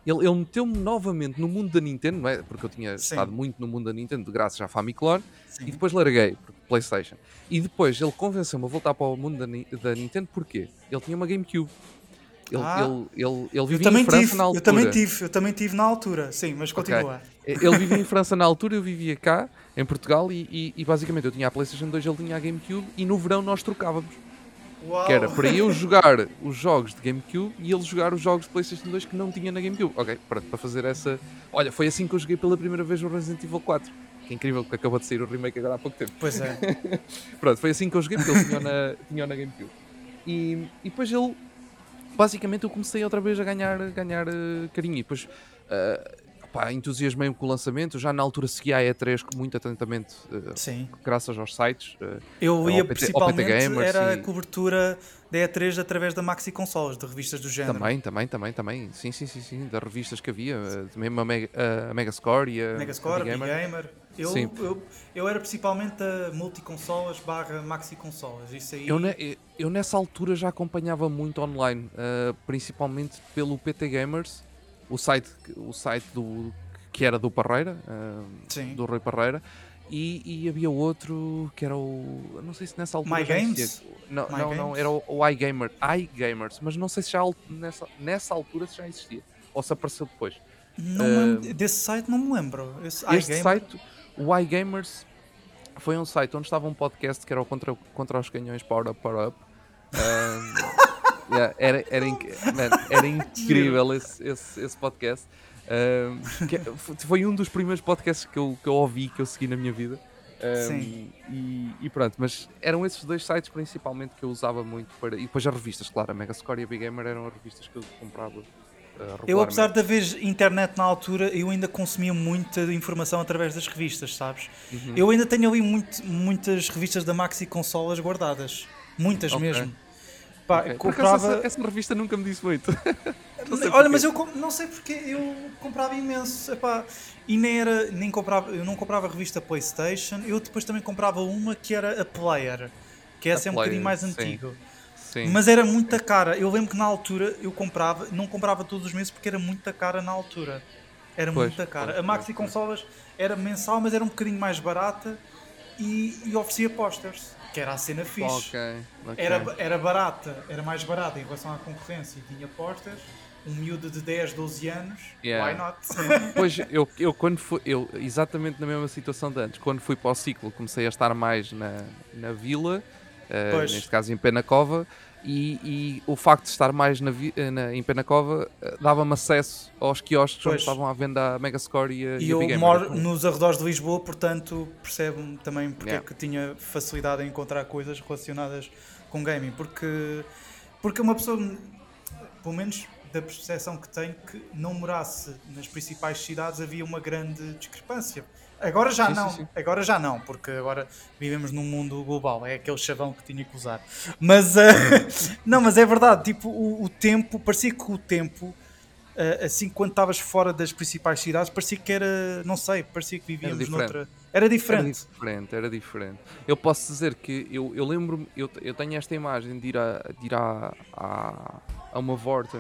Speaker 1: Ele meteu-me novamente no mundo da Nintendo, não é? Porque eu tinha
Speaker 2: Sim,
Speaker 1: estado muito no mundo da Nintendo, graças à Famiclone, e
Speaker 2: sim.
Speaker 1: depois larguei, porque PlayStation. E depois ele convenceu-me a voltar para o mundo da Nintendo, porquê? Ele tinha uma GameCube.
Speaker 2: Ah,
Speaker 1: Ele vivia em França na altura.
Speaker 2: eu também tive na altura. Sim, mas
Speaker 1: Ok.
Speaker 2: continua.
Speaker 1: Ele vivia em França na altura, eu vivia cá, em Portugal, e basicamente eu tinha a PlayStation 2, ele tinha a GameCube, e no verão nós trocávamos. Que era
Speaker 2: Uau!
Speaker 1: para eu jogar os jogos de GameCube e ele jogar os jogos de PlayStation 2 que não tinha na GameCube. Ok, pronto, para fazer essa. Olha, foi assim que eu joguei pela primeira vez o Resident Evil 4. Que é incrível, que acabou de sair o remake agora há pouco tempo.
Speaker 2: Pois é.
Speaker 1: Pronto, foi assim que eu joguei, porque ele tinha na GameCube. E depois ele. Basicamente eu comecei outra vez a ganhar carinho. E depois. Pá, entusiasmei-me com o lançamento. Eu já na altura seguia a E3 muito atentamente,
Speaker 2: Sim.
Speaker 1: graças aos sites,
Speaker 2: Eu ia
Speaker 1: ao PT
Speaker 2: principalmente,
Speaker 1: Gamers
Speaker 2: era a
Speaker 1: e.
Speaker 2: cobertura da E3 através da Maxi Consoles, de revistas do género.
Speaker 1: Também. Sim. Das revistas que havia, mesmo a Megascore e a
Speaker 2: Megascore,
Speaker 1: Big
Speaker 2: Big
Speaker 1: Gamer.
Speaker 2: Gamer.
Speaker 1: Sim.
Speaker 2: Eu era principalmente a multiconsolas barra maxi consolas. Isso aí.
Speaker 1: Eu nessa altura já acompanhava muito online, principalmente pelo PT Gamers, o site que era do Parreira,
Speaker 2: Sim.
Speaker 1: do Rui Parreira, e havia outro que era o. Não sei se nessa altura
Speaker 2: My
Speaker 1: já
Speaker 2: Games?
Speaker 1: existia. Não,
Speaker 2: My
Speaker 1: não,
Speaker 2: Games?
Speaker 1: era o iGamers, mas não sei se já nessa altura se já existia, ou se apareceu depois.
Speaker 2: Não me lembro, desse site não me lembro. Esse
Speaker 1: Este
Speaker 2: iGamer?
Speaker 1: site, o iGamers, foi um site onde estava um podcast que era o contra os canhões Power Up, Power Up. Yeah, era incrível esse podcast. Foi um dos primeiros podcasts que eu ouvi, que eu segui na minha vida.
Speaker 2: Sim.
Speaker 1: E pronto, mas eram esses dois sites principalmente que eu usava muito para. E depois as revistas, claro, a Megascore e a Big Gamer eram as revistas que eu comprava
Speaker 2: Eu, apesar
Speaker 1: regularmente.
Speaker 2: de haver internet na altura, eu ainda consumia muita informação através das revistas, sabes?
Speaker 1: Uhum.
Speaker 2: Eu ainda tenho ali muitas revistas da Maxi Consolas guardadas. Muitas
Speaker 1: Ok.
Speaker 2: mesmo. Pá,
Speaker 1: Ok. Por acaso
Speaker 2: comprava.
Speaker 1: essa revista nunca me disse muito. Não sei
Speaker 2: Olha,
Speaker 1: porquê.
Speaker 2: mas eu não sei porque eu comprava imenso. Epá, e nem comprava, eu não comprava a revista PlayStation, eu depois também comprava uma que era a Player, que
Speaker 1: A
Speaker 2: essa é um bocadinho
Speaker 1: Player,
Speaker 2: mais
Speaker 1: sim.
Speaker 2: antigo.
Speaker 1: Sim.
Speaker 2: Mas era muito cara. Eu lembro que na altura eu comprava, não comprava todos os meses porque era muito cara na altura. Era
Speaker 1: Pois,
Speaker 2: muito
Speaker 1: pois,
Speaker 2: cara. A
Speaker 1: pois,
Speaker 2: Maxi
Speaker 1: pois.
Speaker 2: Consolas era mensal, mas era um bocadinho mais barata e oferecia posters, que era a cena fixe.
Speaker 1: Ok, ok.
Speaker 2: Era barata, era mais barata em relação à concorrência e tinha posters. Um miúdo de 10, 12 anos, why
Speaker 1: Yeah.
Speaker 2: not?
Speaker 1: Pois, eu quando fui, exatamente na mesma situação de antes, quando fui para o ciclo, comecei a estar mais na vila, neste
Speaker 2: Pois,
Speaker 1: caso em Penacova, e o facto de estar mais em Penacova dava-me acesso aos quiosques onde
Speaker 2: pois.
Speaker 1: estavam à venda a Megascore
Speaker 2: E
Speaker 1: e a
Speaker 2: eu
Speaker 1: Big Gamer.
Speaker 2: moro
Speaker 1: Então,
Speaker 2: nos arredores de Lisboa, portanto percebo-me também porque é
Speaker 1: yeah.
Speaker 2: que tinha facilidade em encontrar coisas relacionadas com gaming. Porque uma pessoa, pelo menos da percepção que tenho, que não morasse nas principais cidades havia uma grande discrepância.
Speaker 1: Sim.
Speaker 2: Agora já não, porque agora vivemos num mundo global, é aquele chavão que tinha que usar. Mas não, mas é verdade, tipo, o tempo, parecia que o tempo, assim, quando estavas fora das principais cidades, parecia que era, não sei, parecia que
Speaker 1: Era
Speaker 2: vivíamos
Speaker 1: diferente.
Speaker 2: noutra. Era diferente.
Speaker 1: Era diferente. Eu posso dizer que eu lembro-me, eu tenho esta imagem de ir a uma Vorten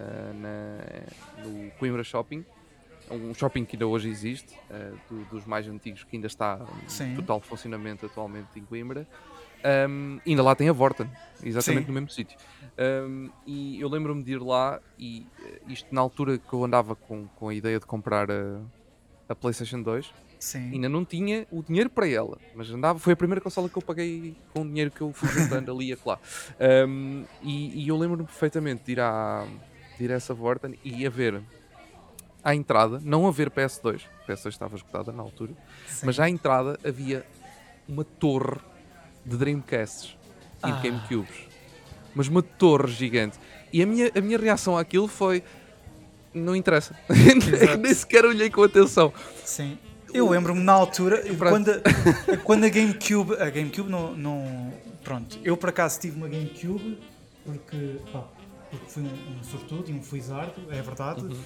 Speaker 1: no Coimbra Shopping, um shopping que ainda hoje existe, dos mais antigos, que ainda está em
Speaker 2: Sim,
Speaker 1: total funcionamento atualmente em Coimbra. Ainda lá tem a Vorten, exatamente
Speaker 2: sim,
Speaker 1: no mesmo sítio. E eu lembro-me de ir lá, e isto na altura que eu andava com a ideia de comprar a PlayStation 2.
Speaker 2: sim.
Speaker 1: Ainda não tinha o dinheiro para ela, mas foi a primeira consola que eu paguei com o dinheiro que eu fui juntando ali e acolá. E eu lembro-me perfeitamente de ir a essa Vorten e ir a ver à entrada, não haver PS2, PS2 estava esgotada na altura, mas
Speaker 2: Sim.
Speaker 1: à entrada havia uma torre de Dreamcasts e de
Speaker 2: Ah,
Speaker 1: Gamecubes, mas uma torre gigante. E a minha reação àquilo foi: não interessa, nem
Speaker 2: exato.
Speaker 1: sequer olhei com atenção.
Speaker 2: Sim. Eu lembro-me na altura,
Speaker 1: Pronto.
Speaker 2: quando a GameCube pronto, eu por acaso tive uma GameCube, porque fui um sortudo e um felizardo, é verdade,
Speaker 1: Uhum.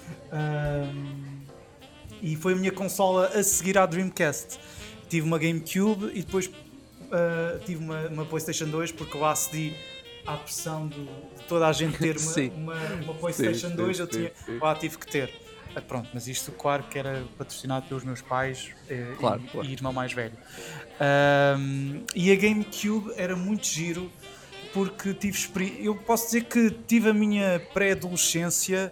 Speaker 2: e foi a minha consola a seguir à Dreamcast. Tive uma GameCube e depois tive uma PlayStation 2, porque lá cedi à pressão de toda a gente ter
Speaker 1: Sim.
Speaker 2: uma PlayStation 2,
Speaker 1: sim.
Speaker 2: lá tive que ter. Pronto, mas isto, claro, que era patrocinado pelos meus pais
Speaker 1: Claro,
Speaker 2: e
Speaker 1: claro.
Speaker 2: irmão mais velho. E a GameCube era muito giro porque eu posso dizer que tive a minha pré-adolescência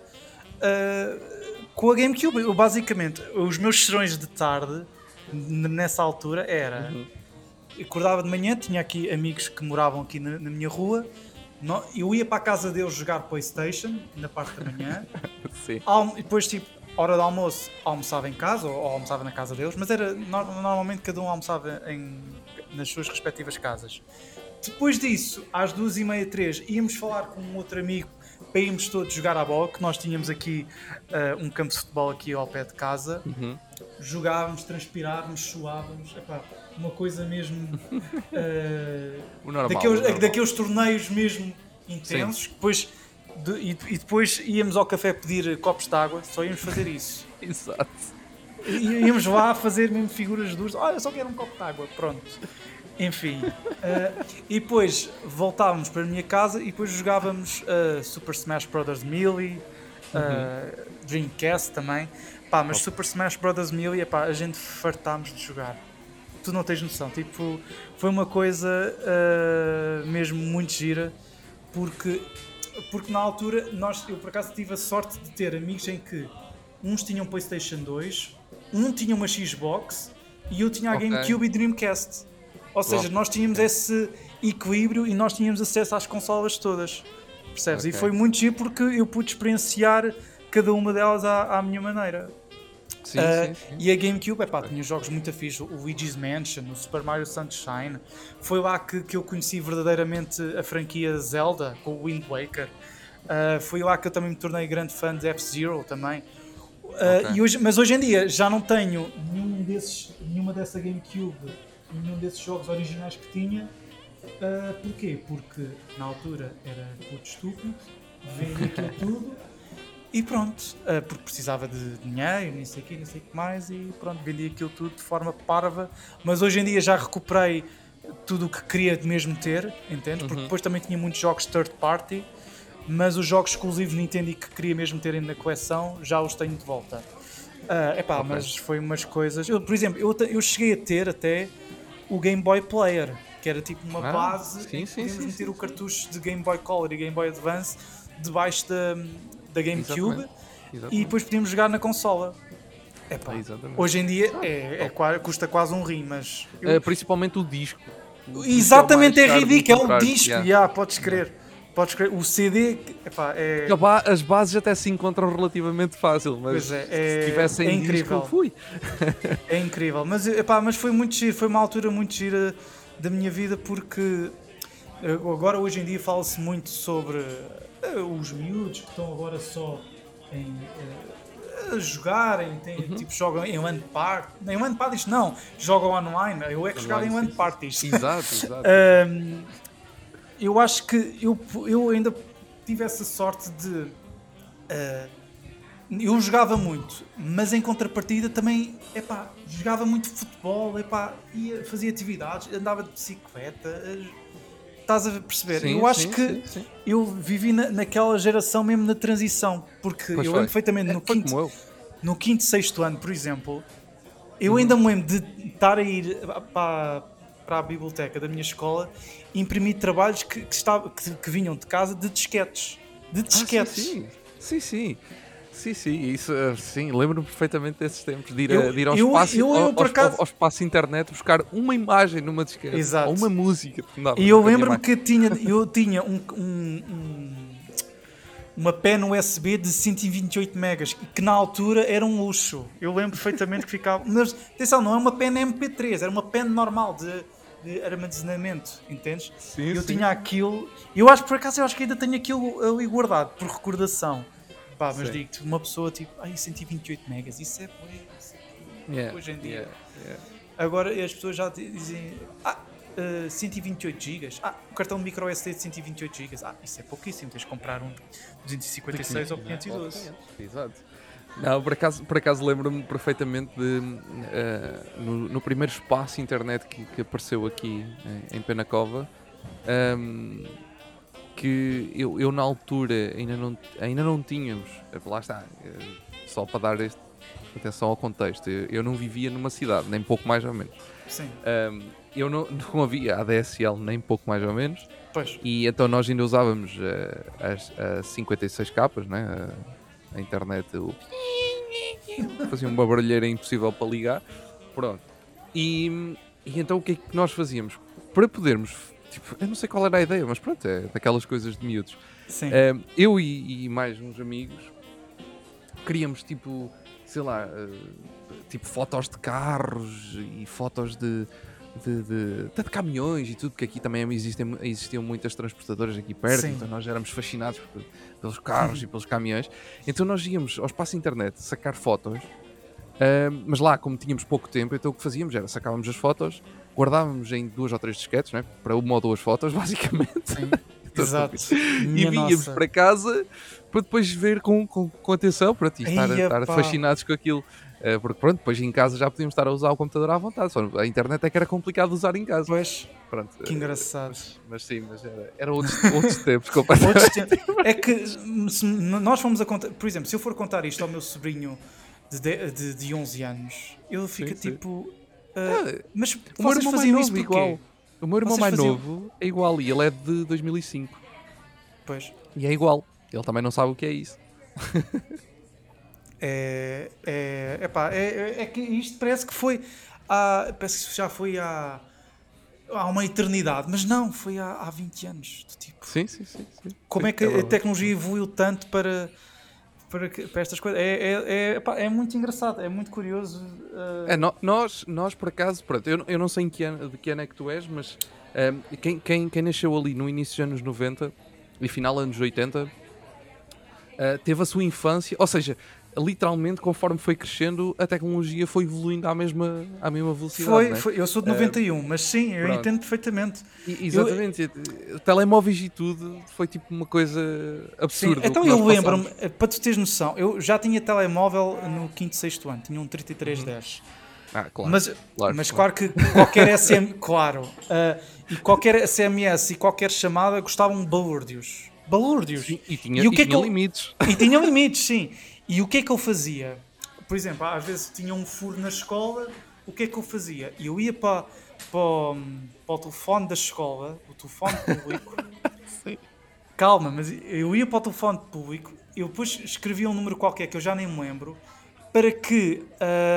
Speaker 2: com a GameCube. Eu, basicamente, os meus serões de tarde, nessa altura, era...
Speaker 1: Uhum.
Speaker 2: Acordava de manhã, tinha aqui amigos que moravam aqui na minha rua. Eu ia para a casa deles jogar PlayStation na parte da manhã.
Speaker 1: Sim.
Speaker 2: E depois, tipo, hora de almoço, almoçava em casa ou almoçava na casa deles, mas era normalmente cada um almoçava nas suas respectivas casas. Depois disso, às 2h30, 3, íamos falar com um outro amigo para irmos todos jogar à bola, que nós tínhamos aqui um campo de futebol aqui ao pé de casa.
Speaker 1: Uhum.
Speaker 2: Jogávamos, transpirávamos, suávamos, epá, uma coisa mesmo
Speaker 1: O normal,
Speaker 2: daqueles torneios mesmo intensos. Depois, e depois íamos ao café pedir copos de água, só íamos fazer isso.
Speaker 1: Exato.
Speaker 2: Íamos lá fazer mesmo figuras duras, olha, só quero um copo de água, pronto. Enfim, e depois voltávamos para a minha casa e depois jogávamos Super Smash Bros. Melee, Dreamcast também. Pá, mas Super Smash Bros. Melee, epá, a gente fartámos de jogar. Tu não tens noção, tipo, foi uma coisa mesmo muito gira, porque na altura eu por acaso tive a sorte de ter amigos em que uns tinham PlayStation 2, um tinha uma Xbox e eu tinha a GameCube e Dreamcast. Ou seja, nós tínhamos esse equilíbrio e nós tínhamos acesso às consolas todas, percebes? E foi muito giro porque eu pude experienciar cada uma delas à minha maneira.
Speaker 1: Sim.
Speaker 2: E a GameCube, tinha jogos muito fixos, o Luigi's Mansion, o Super Mario Sunshine. Foi lá que eu conheci verdadeiramente a franquia Zelda, com o Wind Waker. Foi lá que eu também me tornei grande fã de F-Zero também. Mas hoje em dia já não tenho nenhuma dessa GameCube, nenhum desses jogos originais que tinha. Porquê? Porque na altura era puto estúpido, vendi aquilo tudo e pronto, porque precisava de dinheiro, nem sei o que mais, e pronto, vendi aquilo tudo de forma parva. Mas hoje em dia já recuperei tudo o que queria mesmo ter, entendes? Porque depois também tinha muitos jogos third party, mas os jogos exclusivos Nintendo que queria mesmo ter na coleção já os tenho de volta. Mas foi umas coisas. Por exemplo, eu cheguei a ter até o Game Boy Player, que era tipo uma base em que podíamos meter o cartucho de Game Boy Color e Game Boy Advance debaixo da GameCube. Exatamente. E depois podíamos jogar na consola. Hoje em dia custa quase um rim, mas...
Speaker 1: Principalmente o disco.
Speaker 2: Exatamente, é ridículo, é um disco, podes crer. O CD,
Speaker 1: as bases até se encontram relativamente fácil, mas se tivessem
Speaker 2: incrível.
Speaker 1: Disco, fui.
Speaker 2: É incrível, mas foi muito giro, foi uma altura muito gira da minha vida, porque agora hoje em dia fala-se muito sobre os miúdos que estão agora só a jogarem, tipo, jogam em LAN party, em LAN parties não, jogam online, eu é que jogava em LAN parties.
Speaker 1: Exato.
Speaker 2: Eu acho que eu ainda tive essa sorte de... eu jogava muito, mas em contrapartida também jogava muito futebol, fazia atividades, andava de bicicleta. Estás a perceber? Eu acho que eu vivi naquela geração mesmo na transição, porque eu lembro perfeitamente no quinto, sexto ano, por exemplo, eu ainda me lembro de estar a ir para a biblioteca da minha escola imprimir trabalhos que vinham de casa de disquetes.
Speaker 1: Sim, isso, sim, lembro-me perfeitamente desses tempos, de ir ao espaço internet buscar uma imagem numa disquete, ou uma música.
Speaker 2: E eu lembro-me que eu tinha uma pen USB de 128 megas, que na altura era um luxo. Eu lembro perfeitamente que ficava... Mas, atenção, não é uma pen MP3, era uma pen normal de armazenamento, entendes? Eu tinha aquilo... Por acaso, eu acho que ainda tenho aquilo ali guardado, por recordação. Mas digo-te, uma pessoa tipo, 128 megas, isso é hoje em dia. Agora as pessoas já dizem, 128 gigas, o cartão de micro SD de 128 gigas, isso é pouquíssimo, tens de comprar um 256 ou 512.
Speaker 1: Exato. Não, por acaso lembro-me perfeitamente de no primeiro espaço internet que apareceu aqui em Penacova, que eu na altura ainda não tínhamos, lá está, só para dar atenção ao contexto, eu não vivia numa cidade, nem pouco mais ou menos.
Speaker 2: Sim.
Speaker 1: Eu não havia ADSL, nem pouco mais ou menos.
Speaker 2: Pois.
Speaker 1: E então nós ainda usávamos as 56 capas, né? A internet fazia uma barulheira impossível para ligar. Pronto. E então o que é que nós fazíamos? Para podermos, tipo, eu não sei qual era a ideia, mas pronto, é daquelas coisas de miúdos.
Speaker 2: Sim.
Speaker 1: Eu e mais uns amigos queríamos, tipo, sei lá, tipo fotos de carros e fotos de caminhões e tudo, porque aqui também existiam muitas transportadoras aqui perto.
Speaker 2: Sim.
Speaker 1: Então nós éramos fascinados pelos carros e pelos caminhões. Então nós íamos ao espaço internet sacar fotos, mas lá, como tínhamos pouco tempo, então o que fazíamos era sacávamos as fotos, guardávamos em 2 ou 3 disquetes, né? Para 1 ou 2 fotos, basicamente.
Speaker 2: Sim. Exato.
Speaker 1: E vinhamos para casa para depois ver com atenção, para estar fascinados com aquilo. Porque pronto, depois em casa já podíamos estar a usar o computador à vontade, só a internet é que era complicado de usar em casa.
Speaker 2: Pois,
Speaker 1: pronto,
Speaker 2: que engraçado.
Speaker 1: Mas sim, era outros tempos completamente.
Speaker 2: É que se nós fomos a contar, por exemplo, se eu for contar isto ao meu sobrinho de 11 anos, ele fica
Speaker 1: Sim.
Speaker 2: tipo... mas
Speaker 1: o meu
Speaker 2: vocês
Speaker 1: irmão
Speaker 2: faziam
Speaker 1: mais
Speaker 2: isso
Speaker 1: novo
Speaker 2: porquê?
Speaker 1: igual. O meu irmão
Speaker 2: Vocês
Speaker 1: mais
Speaker 2: faziam-
Speaker 1: novo é igual e ele é de 2005.
Speaker 2: Pois.
Speaker 1: E é igual. Ele também não sabe o que é isso.
Speaker 2: É que isto parece que foi parece que já foi há uma eternidade, mas não, foi há 20 anos. Tipo,
Speaker 1: Sim.
Speaker 2: como
Speaker 1: Sim,
Speaker 2: é que a
Speaker 1: verdade.
Speaker 2: tecnologia evoluiu tanto para estas coisas? É muito engraçado, é muito curioso.
Speaker 1: Nós por acaso, pronto, eu não sei de que ano é que tu és, mas quem nasceu ali no início dos anos 90 e final anos 80 teve a sua infância, ou seja, literalmente conforme foi crescendo a tecnologia foi evoluindo à mesma velocidade. Né?
Speaker 2: Eu sou de 91, mas sim, eu
Speaker 1: pronto.
Speaker 2: entendo perfeitamente.
Speaker 1: Exatamente, telemóveis e tudo foi tipo uma coisa absurda.
Speaker 2: Sim, então eu lembro-me, para tu teres noção, eu já tinha telemóvel no 5º, 6º ano, tinha um 3310.
Speaker 1: Claro.
Speaker 2: Mas claro que qualquer SMS, claro, e qualquer SMS e qualquer chamada custavam balúrdios.
Speaker 1: Sim, e tinha limites.
Speaker 2: E tinha limites, sim. E o que é que eu fazia? Por exemplo, às vezes tinha um furo na escola, o que é que eu fazia? Eu ia para o telefone da escola, o telefone público.
Speaker 1: Sim.
Speaker 2: Calma, mas eu ia para o telefone público, eu depois escrevia um número qualquer que eu já nem me lembro, para que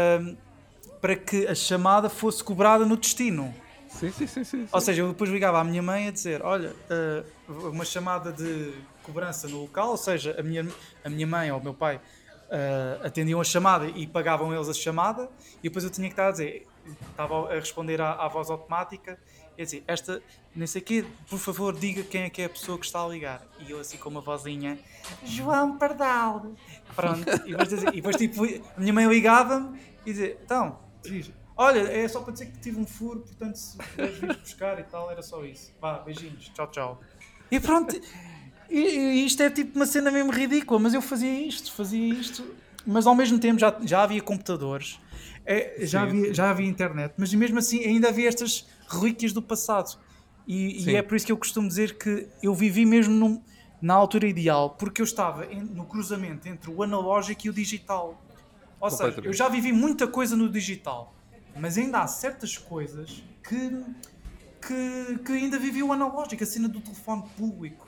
Speaker 2: a chamada fosse cobrada no destino.
Speaker 1: Sim.
Speaker 2: Ou seja, eu depois ligava à minha mãe a dizer, olha, uma chamada de cobrança no local, ou seja, a minha mãe ou o meu pai atendiam a chamada e pagavam eles a chamada, e depois eu tinha que estar a dizer, estava a responder à voz automática, e a dizer, esta, nem sei o quê, por favor diga quem é que é a pessoa que está a ligar. E eu assim com uma vozinha, João Pardal. Pronto, e depois tipo, a minha mãe ligava-me e dizia, então, diz, olha, é só para dizer que tive um furo, portanto se puderes vir buscar e tal, era só isso. Vá, beijinhos, tchau. E pronto, e isto é tipo uma cena mesmo ridícula, mas eu fazia isto, mas ao mesmo tempo já havia computadores, já havia internet, mas mesmo assim ainda havia estas relíquias do passado. E é por isso que eu costumo dizer que eu vivi mesmo na altura ideal, porque eu estava no cruzamento entre o analógico e o digital. Ou seja, eu já vivi muita coisa no digital, mas ainda há certas coisas que ainda vivi o analógico, a cena do telefone público,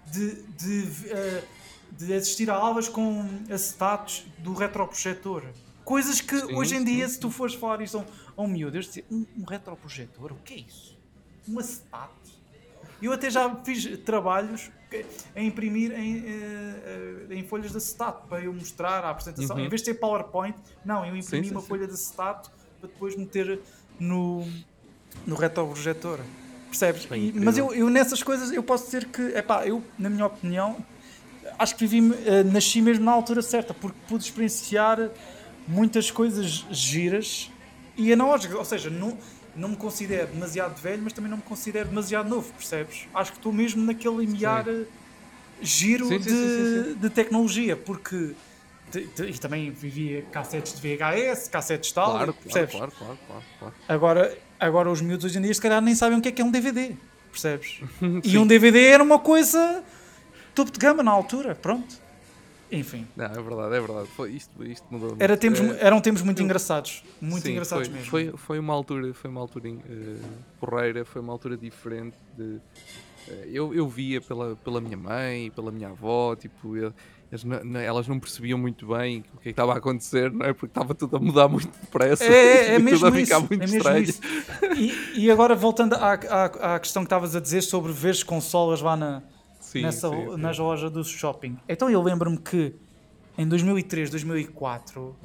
Speaker 2: de assistir a aulas com acetatos do retroprojetor. Coisas que hoje em dia, se tu fores falar isto a um miúdo, eu dizer, um retroprojetor, o que é isso? Um acetato? Eu até já fiz trabalhos a imprimir em folhas de acetato para eu mostrar a apresentação. Em vez de ter PowerPoint, não, eu imprimi uma folha de acetato para depois meter no retroprojetor. Percebes? Mas eu nessas coisas eu posso dizer que, eu, na minha opinião, acho que nasci mesmo na altura certa, porque pude experienciar muitas coisas giras e analógicas. Ou seja, não me considero demasiado velho, mas também não me considero demasiado novo, percebes? Acho que estou mesmo naquele limiar giro de tecnologia, porque e também vivia cassetes de VHS, cassetes tal,
Speaker 1: claro,
Speaker 2: percebes?
Speaker 1: Claro.
Speaker 2: Agora os miúdos hoje em dia se calhar nem sabem o que é um DVD, percebes? E um DVD era uma coisa topo de gama na altura, pronto. Enfim,
Speaker 1: Não, é verdade. Isto mudou muito.
Speaker 2: eram tempos muito
Speaker 1: eu-
Speaker 2: engraçados. Muito
Speaker 1: sim,
Speaker 2: engraçados mesmo.
Speaker 1: foi uma altura, porreira, foi uma altura diferente eu via pela minha mãe, pela minha avó, tipo, elas não percebiam muito bem o que estava a acontecer, não é? Porque estava tudo a mudar muito depressa
Speaker 2: É
Speaker 1: e tudo
Speaker 2: mesmo
Speaker 1: a ficar
Speaker 2: isso,
Speaker 1: muito
Speaker 2: é mesmo
Speaker 1: estranho.
Speaker 2: isso. E agora voltando à questão que estavas a dizer sobre veres consolas lá
Speaker 1: Sim, sim, sim.
Speaker 2: nas lojas do shopping. Então eu lembro-me que em 2003, 2004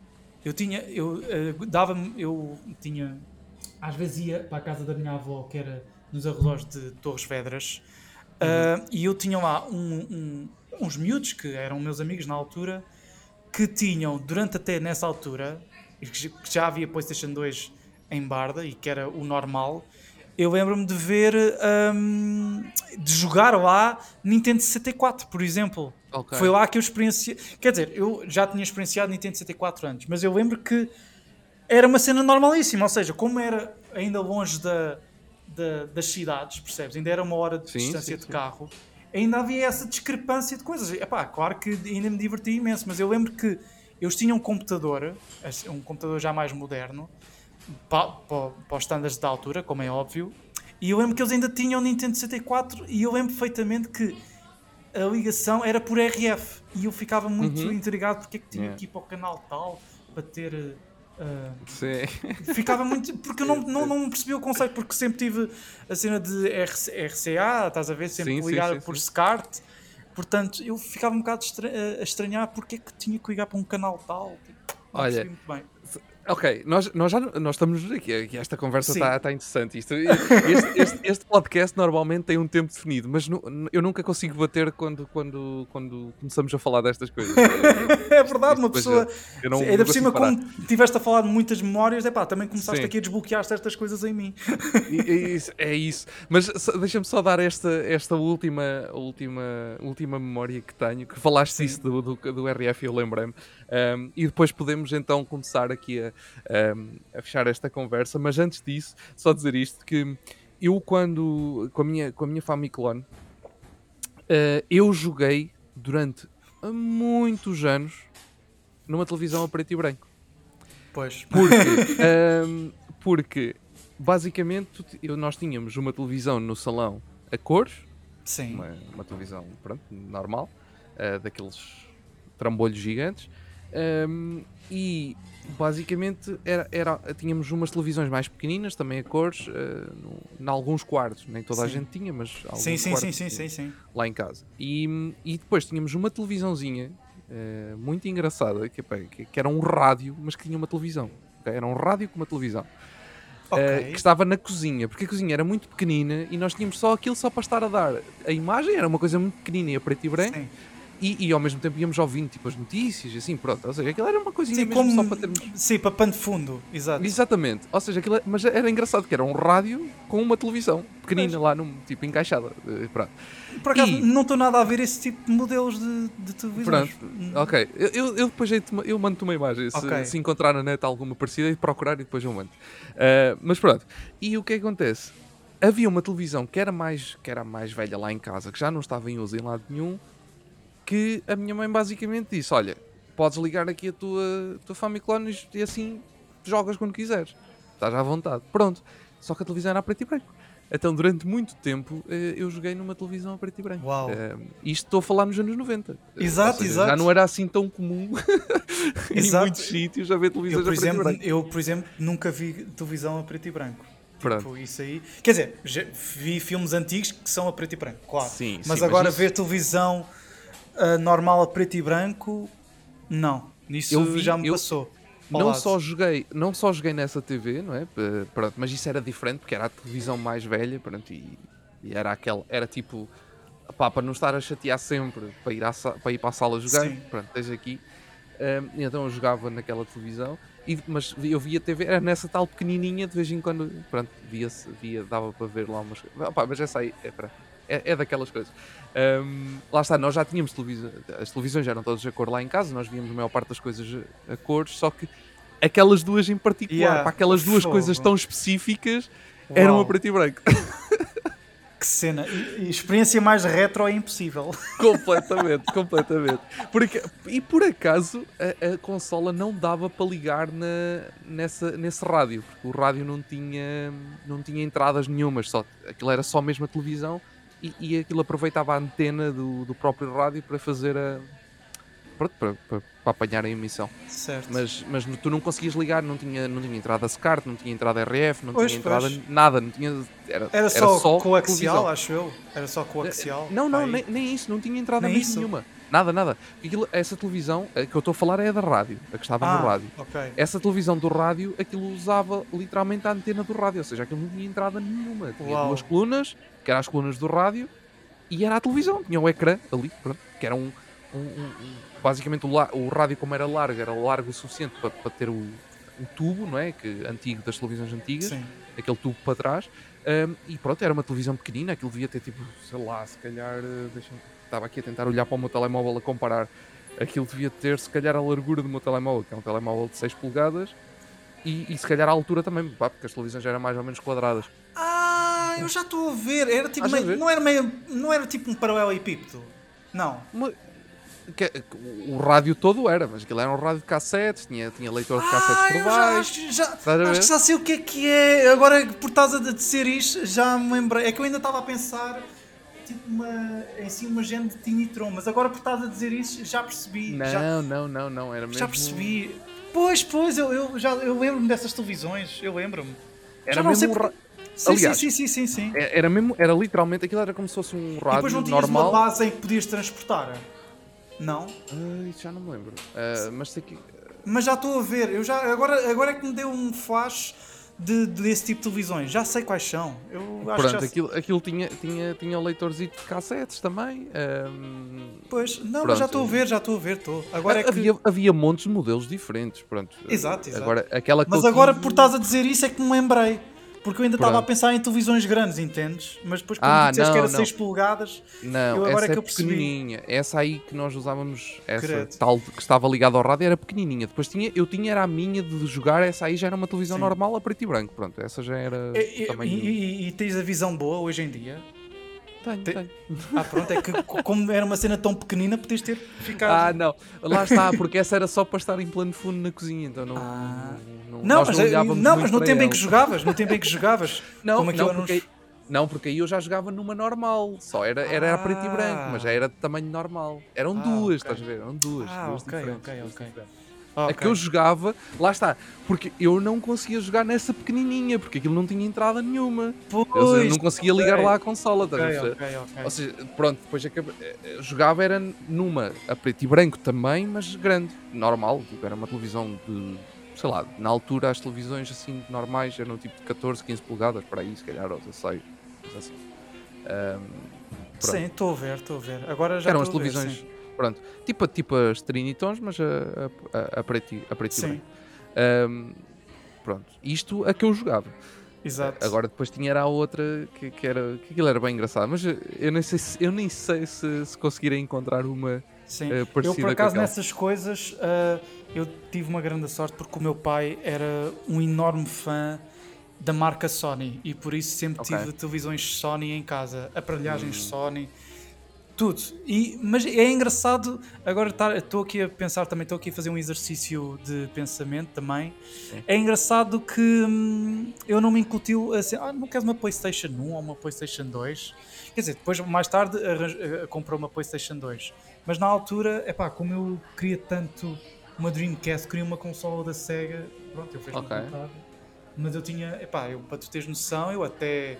Speaker 2: eu tinha, às vezes ia para a casa da minha avó, que era nos arredores de Torres Vedras,
Speaker 1: Uhum.
Speaker 2: e eu tinha lá uns miúdos que eram meus amigos na altura, que tinham, durante até nessa altura, que já havia PlayStation 2 em Barda e que era o normal, eu lembro-me de ver, de jogar lá Nintendo 64, por exemplo.
Speaker 1: Ok.
Speaker 2: Foi lá que eu experienciei. Quer dizer, eu já tinha experienciado Nintendo 64 antes, mas eu lembro que era uma cena normalíssima. Ou seja, como era ainda longe das cidades, percebes? Ainda era uma hora de
Speaker 1: Sim,
Speaker 2: distância
Speaker 1: sim,
Speaker 2: de
Speaker 1: sim.
Speaker 2: carro. Ainda havia essa discrepância de coisas. Epá, claro que ainda me diverti imenso, mas eu lembro que eles tinham um computador já mais moderno, para os estándares da altura, como é óbvio, e eu lembro que eles ainda tinham Nintendo 64 e eu lembro perfeitamente que a ligação era por RF e eu ficava muito
Speaker 1: Uhum.
Speaker 2: intrigado porque é que tinha
Speaker 1: Yeah.
Speaker 2: que ir para o canal tal para ter.
Speaker 1: Sim.
Speaker 2: Ficava muito. Porque eu não percebi o conceito, porque sempre tive a cena de RCA, estás a ver?
Speaker 1: Sim,
Speaker 2: Sempre
Speaker 1: sim,
Speaker 2: ligar
Speaker 1: sim,
Speaker 2: por
Speaker 1: sim.
Speaker 2: SCART. Portanto, eu ficava um bocado a estranhar porque é que tinha que ligar para um canal tal. Tipo, não
Speaker 1: Olha,
Speaker 2: percebi muito bem.
Speaker 1: ok, nós estamos aqui, esta conversa
Speaker 2: Sim,
Speaker 1: está interessante. Este podcast normalmente tem um tempo definido, mas eu nunca consigo bater quando começamos a falar destas coisas.
Speaker 2: é verdade,
Speaker 1: Isto
Speaker 2: uma
Speaker 1: depois
Speaker 2: pessoa.
Speaker 1: eu
Speaker 2: Ainda
Speaker 1: não
Speaker 2: por
Speaker 1: consigo
Speaker 2: cima,
Speaker 1: parar.
Speaker 2: como tiveste a falar de muitas memórias, epá, também começaste
Speaker 1: Sim.
Speaker 2: aqui a desbloquear certas coisas em mim.
Speaker 1: É isso. Mas deixa-me só dar esta última memória que tenho, que falaste disso
Speaker 2: Sim,
Speaker 1: do RF, eu lembrei-me. E depois podemos então começar aqui a fechar esta conversa. Mas antes disso, só dizer isto, que eu com a minha Famiclone, eu joguei durante muitos anos numa televisão a preto e branco.
Speaker 2: pois.
Speaker 1: Porque, porque basicamente nós tínhamos uma televisão no salão a cores,
Speaker 2: Sim,
Speaker 1: uma televisão pronto, normal, daqueles trambolhos gigantes, e basicamente tínhamos umas televisões mais pequeninas, também a cores, em alguns quartos, nem toda a
Speaker 2: sim.
Speaker 1: gente tinha, mas
Speaker 2: Sim,
Speaker 1: alguns
Speaker 2: sim, sim,
Speaker 1: quartos
Speaker 2: sim,
Speaker 1: tinham
Speaker 2: sim, sim.
Speaker 1: lá em casa. E depois tínhamos uma televisãozinha muito engraçada, que era um rádio, mas que tinha uma televisão. Ok? Era um rádio com uma televisão.
Speaker 2: Ok.
Speaker 1: Que estava na cozinha, porque a cozinha era muito pequenina e nós tínhamos só aquilo só para estar a dar. A imagem era uma coisa muito pequenina e a preto e branco,
Speaker 2: Sim.
Speaker 1: e ao mesmo tempo íamos ouvindo tipo as notícias, assim, pronto. Ou seja, aquilo era uma coisinha
Speaker 2: Sim,
Speaker 1: mesmo só para
Speaker 2: como.
Speaker 1: termos.
Speaker 2: Sim, para pano de fundo, exato.
Speaker 1: Exatamente, ou seja, mas era engraçado que era um rádio com uma televisão pequenina
Speaker 2: Pois.
Speaker 1: lá, tipo encaixada. Pronto.
Speaker 2: Por acaso,
Speaker 1: E
Speaker 2: não estou nada a ver esse tipo de modelos de televisões.
Speaker 1: pronto, ok. Eu depois eu mando-te uma imagem.
Speaker 2: Ok.
Speaker 1: Se encontrar na net alguma parecida, e procurar e depois eu mando. Mas pronto. E o que é que acontece? Havia uma televisão que era a mais velha lá em casa, que já não estava em uso em lado nenhum, que a minha mãe basicamente disse: Olha, podes ligar aqui a tua Famiclone e assim jogas quando quiseres. Estás à vontade. Pronto. Só que a televisão era a preto e branco. Então, durante muito tempo, eu joguei numa televisão a preto e branco.
Speaker 2: Uau.
Speaker 1: Isto estou a falar nos anos 90. Ou
Speaker 2: Exato,
Speaker 1: seja, já
Speaker 2: exato.
Speaker 1: não era assim tão comum em
Speaker 2: Exato.
Speaker 1: muitos sítios haver televisões a preto e branco.
Speaker 2: Eu, por exemplo, nunca vi televisão a preto e branco. Tipo,
Speaker 1: Pronto.
Speaker 2: isso aí. Quer dizer, já vi filmes antigos que são a preto e branco, claro.
Speaker 1: Sim,
Speaker 2: Mas
Speaker 1: sim,
Speaker 2: agora
Speaker 1: isso,
Speaker 2: ver televisão normal a preto e branco, não. Isso
Speaker 1: eu vi,
Speaker 2: já me passou. ao
Speaker 1: não
Speaker 2: lado.
Speaker 1: só joguei nessa TV, não é? Pronto, mas isso era diferente porque era a televisão mais velha, pronto, e era tipo, pá, para não estar a chatear sempre para ir para a sala jogar,
Speaker 2: Sim.
Speaker 1: pronto, tens aqui. E então eu jogava naquela televisão, mas eu via TV, era nessa tal pequenininha, de vez em quando, pronto, dava para ver lá umas coisas. Opá, mas essa aí, é daquelas coisas. Lá está, nós já tínhamos televisão, as televisões já eram todas a cor lá em casa, nós víamos a maior parte das coisas a cores, só que aquelas duas em particular,
Speaker 2: Yeah.
Speaker 1: para aquelas duas
Speaker 2: Fogo.
Speaker 1: coisas tão específicas, eram a
Speaker 2: Uau.
Speaker 1: preto e branco.
Speaker 2: Que cena. E experiência mais retro é impossível.
Speaker 1: Completamente, completamente. E por acaso a consola não dava para ligar nesse rádio, porque o rádio não tinha entradas nenhumas, aquilo era só mesmo a televisão e aquilo aproveitava a antena do próprio rádio para fazer pronto, para apanhar a emissão.
Speaker 2: Certo.
Speaker 1: Mas tu não conseguias ligar, não tinha entrada SCART, não tinha entrada RF, não
Speaker 2: Pois,
Speaker 1: tinha entrada
Speaker 2: pois.
Speaker 1: nada, não tinha,
Speaker 2: Era
Speaker 1: era
Speaker 2: só
Speaker 1: só
Speaker 2: coaxial,
Speaker 1: televisão.
Speaker 2: acho eu. Era só coaxial.
Speaker 1: Não,
Speaker 2: Pá,
Speaker 1: não,
Speaker 2: aí.
Speaker 1: nem isso, não tinha entrada
Speaker 2: Nem
Speaker 1: mesmo
Speaker 2: isso?
Speaker 1: nenhuma. Nada, nada. Essa televisão, a que eu estou a falar é a da rádio, a que estava no
Speaker 2: Ah,
Speaker 1: rádio.
Speaker 2: ok.
Speaker 1: Essa televisão do rádio, aquilo usava literalmente a antena do rádio, ou seja, aquilo não tinha entrada nenhuma. Tinha duas
Speaker 2: Uau.
Speaker 1: colunas, que eram as colunas do rádio, e era a televisão, tinha o ecrã ali, pronto, que era basicamente o rádio como era largo o suficiente para ter o tubo, não é? Antigo das televisões antigas,
Speaker 2: Sim.
Speaker 1: aquele tubo para trás, e pronto, era uma televisão pequenina, aquilo devia ter tipo, sei lá, se calhar, estava aqui a tentar olhar para o meu telemóvel a comparar, aquilo devia ter se calhar a largura do meu telemóvel, que é um telemóvel de 6 polegadas, e se calhar a altura também, pá, porque as televisões já eram mais ou menos quadradas.
Speaker 2: Ah, eu já estou a ver. Era tipo
Speaker 1: Estás a ver?
Speaker 2: não era tipo um paralelepípedo. Não.
Speaker 1: Uma- o rádio todo era, mas aquilo era um rádio de cassetes, tinha leitor de cassetes por
Speaker 2: Eu
Speaker 1: baixo. Estás a
Speaker 2: acho
Speaker 1: ver?
Speaker 2: que já sei o que é. Agora, por estás a dizer isto, já me lembrei. É que eu ainda estava a pensar tipo em si uma género de Tinitron, mas agora por estás a dizer isso, já percebi.
Speaker 1: Não, era mesmo.
Speaker 2: Já percebi. Pois, eu lembro-me dessas televisões, eu lembro-me. Já
Speaker 1: Era
Speaker 2: não sei
Speaker 1: mesmo
Speaker 2: porque. Sim,
Speaker 1: Aliás,
Speaker 2: sim.
Speaker 1: era literalmente, aquilo era como se fosse um
Speaker 2: E depois
Speaker 1: rádio
Speaker 2: não tinhas uma
Speaker 1: normal.
Speaker 2: base em que podias transportar? Não?
Speaker 1: Isso já não me lembro. Mas sei que.
Speaker 2: Mas já estou a ver, agora é que me deu um flash desse tipo de televisões. Já sei quais são. Eu acho que já
Speaker 1: Pronto,
Speaker 2: sei.
Speaker 1: aquilo tinha um leitorzinho de cassetes também.
Speaker 2: Pois, não, mas
Speaker 1: Pronto.
Speaker 2: já estou a ver, estou. Agora é que.
Speaker 1: Havia montes de modelos diferentes. Pronto.
Speaker 2: Exato.
Speaker 1: Agora, aquela que
Speaker 2: Mas
Speaker 1: eu
Speaker 2: agora
Speaker 1: tive-
Speaker 2: por estás a dizer isso é que me lembrei. Porque eu ainda estava a
Speaker 1: Pronto.
Speaker 2: pensar em televisões grandes, entendes? Mas depois quando disseste que era
Speaker 1: Não.
Speaker 2: 6 polegadas,
Speaker 1: Não,
Speaker 2: agora é
Speaker 1: essa
Speaker 2: que eu percebi.
Speaker 1: pequenininha. Essa aí que nós usávamos, essa
Speaker 2: Credo.
Speaker 1: tal que estava ligada ao rádio, era pequenininha. Depois era a minha de jogar, essa aí já era uma televisão
Speaker 2: Sim.
Speaker 1: normal a preto e branco. Pronto, essa já era também.
Speaker 2: E tens a visão boa hoje em dia?
Speaker 1: Tenho.
Speaker 2: Pronto, é que como era uma cena tão pequenina, podias ter ficado.
Speaker 1: Não. Lá está, porque essa era só para estar em plano fundo na cozinha, então nós
Speaker 2: Mas
Speaker 1: olhávamos
Speaker 2: mas
Speaker 1: muito
Speaker 2: no
Speaker 1: para
Speaker 2: tempo em
Speaker 1: ela.
Speaker 2: que jogavas, como aquilo
Speaker 1: Não, porque aí eu já jogava numa normal, só era a preto e branco, mas já era de tamanho normal. Eram duas,
Speaker 2: ok.
Speaker 1: estás a ver? Eram duas diferentes.
Speaker 2: Ok.
Speaker 1: duas diferentes. A que eu jogava, lá está, porque eu não conseguia jogar nessa pequenininha, porque aquilo não tinha entrada nenhuma. Eu não conseguia ligar lá a consola, estás a perceber?
Speaker 2: Ok.
Speaker 1: Ou seja, pronto, depois jogava era numa a preto e branco também, mas grande, normal, tipo, era uma televisão de, sei lá, na altura as televisões assim normais eram tipo de 14, 15 polegadas, para aí se calhar, ou 16, mas assim. Pronto.
Speaker 2: Sim, estou a ver. Agora já
Speaker 1: Eram as
Speaker 2: estou a ver,
Speaker 1: televisões,
Speaker 2: sim.
Speaker 1: pronto, tipo as Trinitons, mas a preto e
Speaker 2: Sim,
Speaker 1: branco. Pronto, isto a que eu jogava.
Speaker 2: exato.
Speaker 1: Agora depois era a outra que aquilo era bem engraçado, mas eu nem sei se conseguirei encontrar uma
Speaker 2: Sim.
Speaker 1: parecida
Speaker 2: Eu, por
Speaker 1: com
Speaker 2: acaso,
Speaker 1: aquela.
Speaker 2: nessas coisas, eu tive uma grande sorte porque o meu pai era um enorme fã da marca Sony e por isso sempre
Speaker 1: Ok.
Speaker 2: tive televisões Sony em casa, aparelhagens Sony, tudo. Mas é engraçado, agora estou aqui a pensar também, estou aqui a fazer um exercício de pensamento também.
Speaker 1: Sim.
Speaker 2: É engraçado que eu não me incutiu assim, não queres uma PlayStation 1 ou uma PlayStation 2? Quer dizer, depois mais tarde comprou uma PlayStation 2. Mas na altura, como eu queria tanto uma Dreamcast, queria uma consola da Sega, pronto, eu fiz-me
Speaker 1: Ok.
Speaker 2: vontade. Mas eu tinha, para tu teres noção, eu até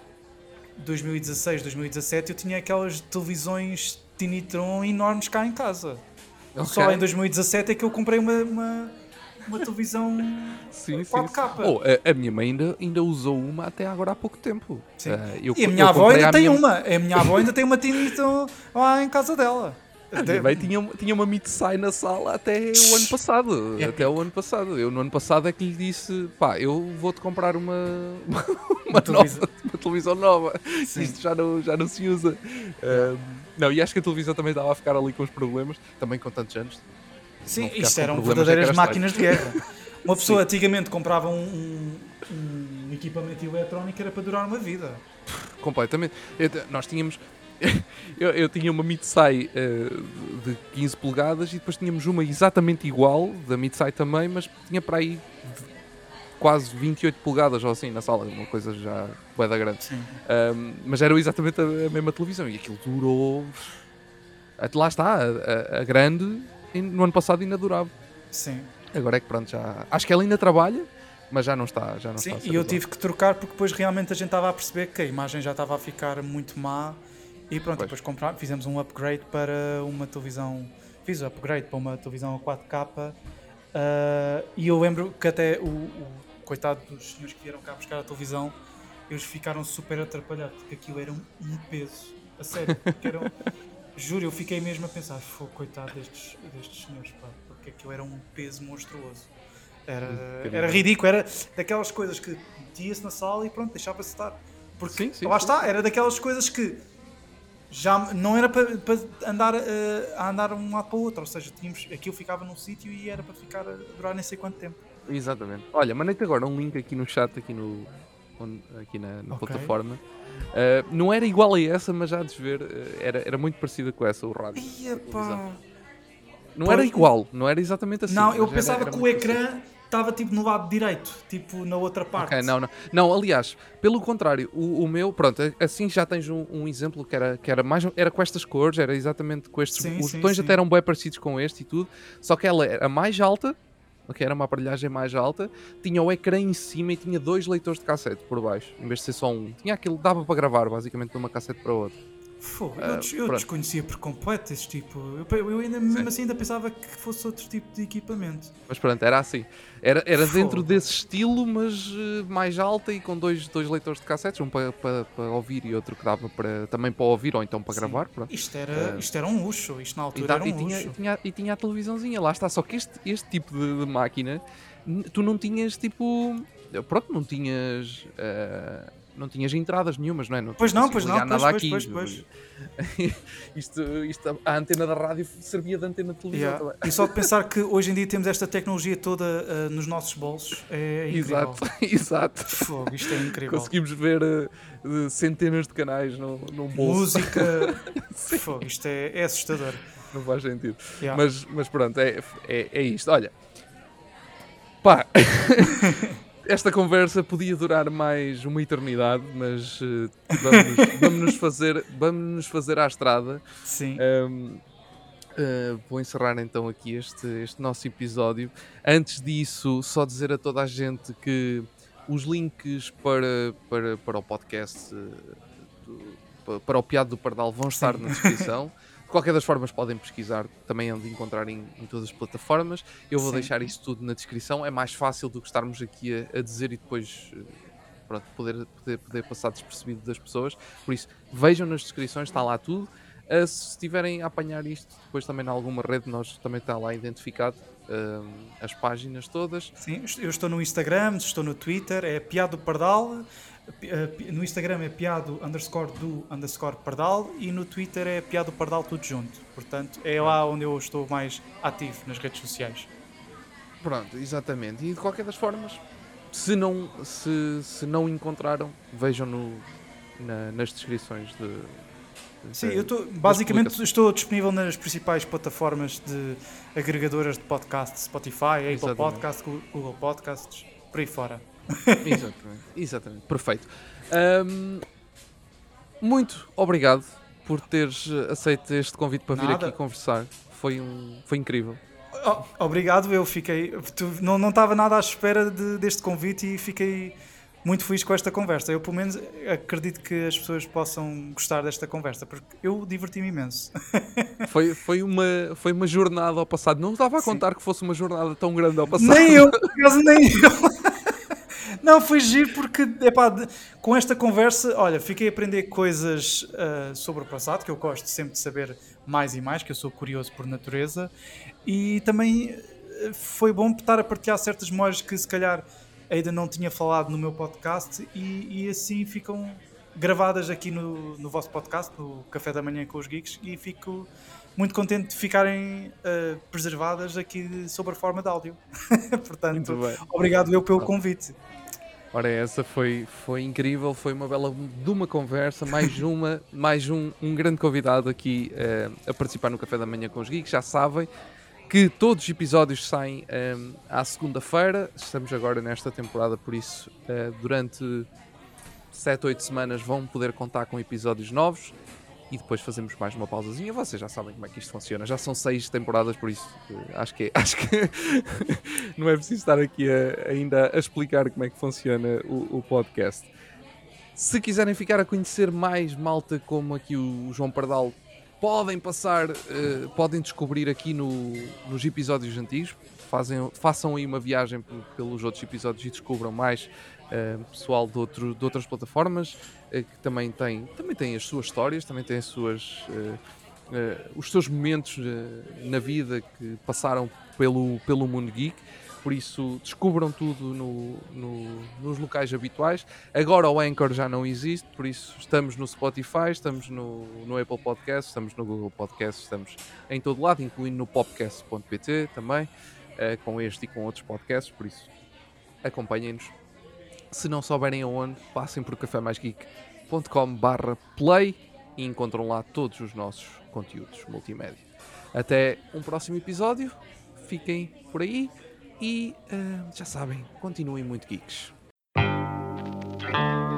Speaker 2: 2016, 2017 eu tinha aquelas televisões Tinitron enormes cá em casa.
Speaker 1: Ok.
Speaker 2: Só em 2017 é que eu comprei uma televisão
Speaker 1: Sim.
Speaker 2: 4K.
Speaker 1: A minha mãe ainda usou uma até agora há pouco tempo.
Speaker 2: Sim.
Speaker 1: Eu
Speaker 2: E a minha avó
Speaker 1: comprei
Speaker 2: ainda
Speaker 1: à
Speaker 2: tem
Speaker 1: minha-
Speaker 2: uma. A minha avó ainda tem uma Tinitron lá em casa dela.
Speaker 1: A minha mãe tinha uma Mitsai na sala até o ano passado.
Speaker 2: Épico.
Speaker 1: Até o ano passado. Eu no ano passado é que lhe disse: pá, eu vou-te comprar uma
Speaker 2: televisão.
Speaker 1: uma televisão nova.
Speaker 2: Sim.
Speaker 1: Isto já não se usa. Não, e acho que a televisão também estava a ficar ali com os problemas, também com tantos anos.
Speaker 2: Sim,
Speaker 1: Não ficar
Speaker 2: isto
Speaker 1: com
Speaker 2: eram
Speaker 1: problemas é que
Speaker 2: verdadeiras
Speaker 1: era estranho.
Speaker 2: máquinas de guerra. Uma pessoa antigamente comprava um equipamento eletrónico era para durar uma vida.
Speaker 1: completamente. Nós tínhamos... eu tinha uma Mitsai de 15 polegadas e depois tínhamos uma exatamente igual, da Mitsai também, mas tinha para aí quase 28 polegadas ou assim na sala, uma coisa já bué da grande. Mas era exatamente a mesma televisão e aquilo durou... Lá está, a grande no ano passado ainda durava.
Speaker 2: Sim.
Speaker 1: Agora é que pronto, já... Acho que ela ainda trabalha, mas já não está.
Speaker 2: Sim, e eu tive que trocar porque depois realmente a gente estava a perceber que a imagem já estava a ficar muito má e pronto, depois fizemos um upgrade para uma televisão, fiz o upgrade para uma televisão a 4K e eu lembro que até o coitado dos senhores que vieram cá buscar a televisão, eles ficaram super atrapalhados porque aquilo era um peso, a sério, porque eram, juro, eu fiquei mesmo a pensar, coitado destes senhores, pá, porque aquilo era um peso monstruoso. Era ridículo, era daquelas coisas que metia-se na sala e pronto, deixava-se estar. Porque lá está, era daquelas coisas que já não era para andar a andar um lado para o outro, ou seja, aquilo ficava num sítio e era para ficar a durar nem sei quanto tempo.
Speaker 1: Exatamente. Olha, mandei-te agora um link aqui no chat, aqui na plataforma. Não era igual a essa, mas já de ver, era muito parecida com essa, o rádio. Não era igual, não era exatamente assim.
Speaker 2: Não, eu pensava que o ecrã estava tipo no lado direito, tipo na outra parte.
Speaker 1: Okay, não, aliás, pelo contrário, o meu, pronto, assim já tens um exemplo que era mais, era com estas cores, era exatamente com estes, os botões até eram bem parecidos com este e tudo, só que ela era mais alta, era uma aparelhagem mais alta, tinha o ecrã em cima e tinha 2 leitores de cassete por baixo, em vez de ser só um. Tinha aquilo, dava para gravar basicamente de uma cassete para outra.
Speaker 2: Eu desconhecia por completo esse tipo. Eu ainda, mesmo assim ainda pensava que fosse outro tipo de equipamento.
Speaker 1: Mas pronto, era assim. Era dentro desse estilo, mas mais alta e com dois leitores de cassetes, um para ouvir e outro que dava também para ouvir ou então para gravar. Pronto.
Speaker 2: Isto era um luxo, isto na altura era um luxo.
Speaker 1: E tinha a televisãozinha, lá está. Só que este tipo de máquina, tu não tinhas tipo... Pronto, não tinhas... não tinhas entradas nenhumas, não é?
Speaker 2: Pois não.
Speaker 1: A antena da rádio servia de antena de televisão também.
Speaker 2: E só de pensar que hoje em dia temos esta tecnologia toda nos nossos bolsos é incrível.
Speaker 1: Exato.
Speaker 2: Fogo, isto é incrível.
Speaker 1: Conseguimos ver centenas de canais num bolso.
Speaker 2: Música. Fogo, isto é assustador.
Speaker 1: Não faz sentido. Mas pronto, é isto. Olha, pá... Esta conversa podia durar mais uma eternidade, mas vamos nos fazer à estrada.
Speaker 2: Sim.
Speaker 1: Vou encerrar então aqui este nosso episódio. Antes disso, só dizer a toda a gente que os links para o podcast, para o Piado do Pardal, vão estar na descrição. De qualquer das formas podem pesquisar, também onde encontrar em todas as plataformas. Eu vou deixar isso tudo na descrição, é mais fácil do que estarmos aqui a dizer e depois pronto, poder passar despercebido das pessoas. Por isso, vejam nas descrições, está lá tudo. Se estiverem a apanhar isto depois também em alguma rede, nós também está lá identificado as páginas todas.
Speaker 2: Sim, eu estou no Instagram, estou no Twitter, é Piado Pardal. No Instagram é piado_do_pardal e no Twitter é piado pardal tudo junto. Portanto, é lá onde eu estou mais ativo nas redes sociais.
Speaker 1: Pronto, exatamente. E de qualquer das formas, se não encontraram, vejam nas descrições
Speaker 2: Sim, eu basicamente estou disponível nas principais plataformas de agregadoras de podcast, Spotify, Apple Podcasts, Google Podcasts, por aí fora.
Speaker 1: Exatamente, perfeito. Muito obrigado por teres aceito este convite para vir aqui conversar. Foi incrível.
Speaker 2: Obrigado, eu fiquei. Não estava nada à espera deste convite e fiquei muito feliz com esta conversa. Eu, pelo menos, acredito que as pessoas possam gostar desta conversa, porque eu diverti-me imenso.
Speaker 1: Foi uma jornada ao passado. Não estava a contar que fosse uma jornada tão grande ao passado.
Speaker 2: Nem eu. Não, foi giro porque, com esta conversa, olha, fiquei a aprender coisas sobre o passado, que eu gosto sempre de saber mais e mais, que eu sou curioso por natureza, e também foi bom estar a partilhar certas memórias que se calhar ainda não tinha falado no meu podcast e assim ficam gravadas aqui no vosso podcast, no Café da Manhã com os Geeks, e fico muito contente de ficarem preservadas aqui sob a forma de áudio. Portanto, obrigado eu pelo convite.
Speaker 1: Ora, essa foi incrível, foi uma bela de uma conversa, mais um grande convidado aqui a participar no Café da Manhã com os Geeks. Já sabem que todos os episódios saem à segunda-feira. Estamos agora nesta temporada, por isso durante 7, 8 semanas vão poder contar com episódios novos. E depois fazemos mais uma pausazinha. Vocês já sabem como é que isto funciona. Já são 6 temporadas, por isso acho que não é preciso estar aqui ainda a explicar como é que funciona o podcast. Se quiserem ficar a conhecer mais malta como aqui o João Pardal, podem podem descobrir aqui nos episódios antigos. Façam aí uma viagem pelos outros episódios e descubram mais pessoal de outras plataformas que também têm as suas histórias, também têm os seus momentos na vida que passaram pelo mundo geek. Por isso, descubram tudo nos locais habituais. Agora o Anchor já não existe, por isso estamos no Spotify, estamos no Apple Podcast, estamos no Google Podcast, estamos em todo lado, incluindo no podcast.pt também, com este e com outros podcasts, por isso acompanhem-nos. Se não souberem aonde, passem por cafemaisgeek.com/play e encontram lá todos os nossos conteúdos multimédia. Até um próximo episódio, fiquem por aí. E já sabem, continuem muito geeks.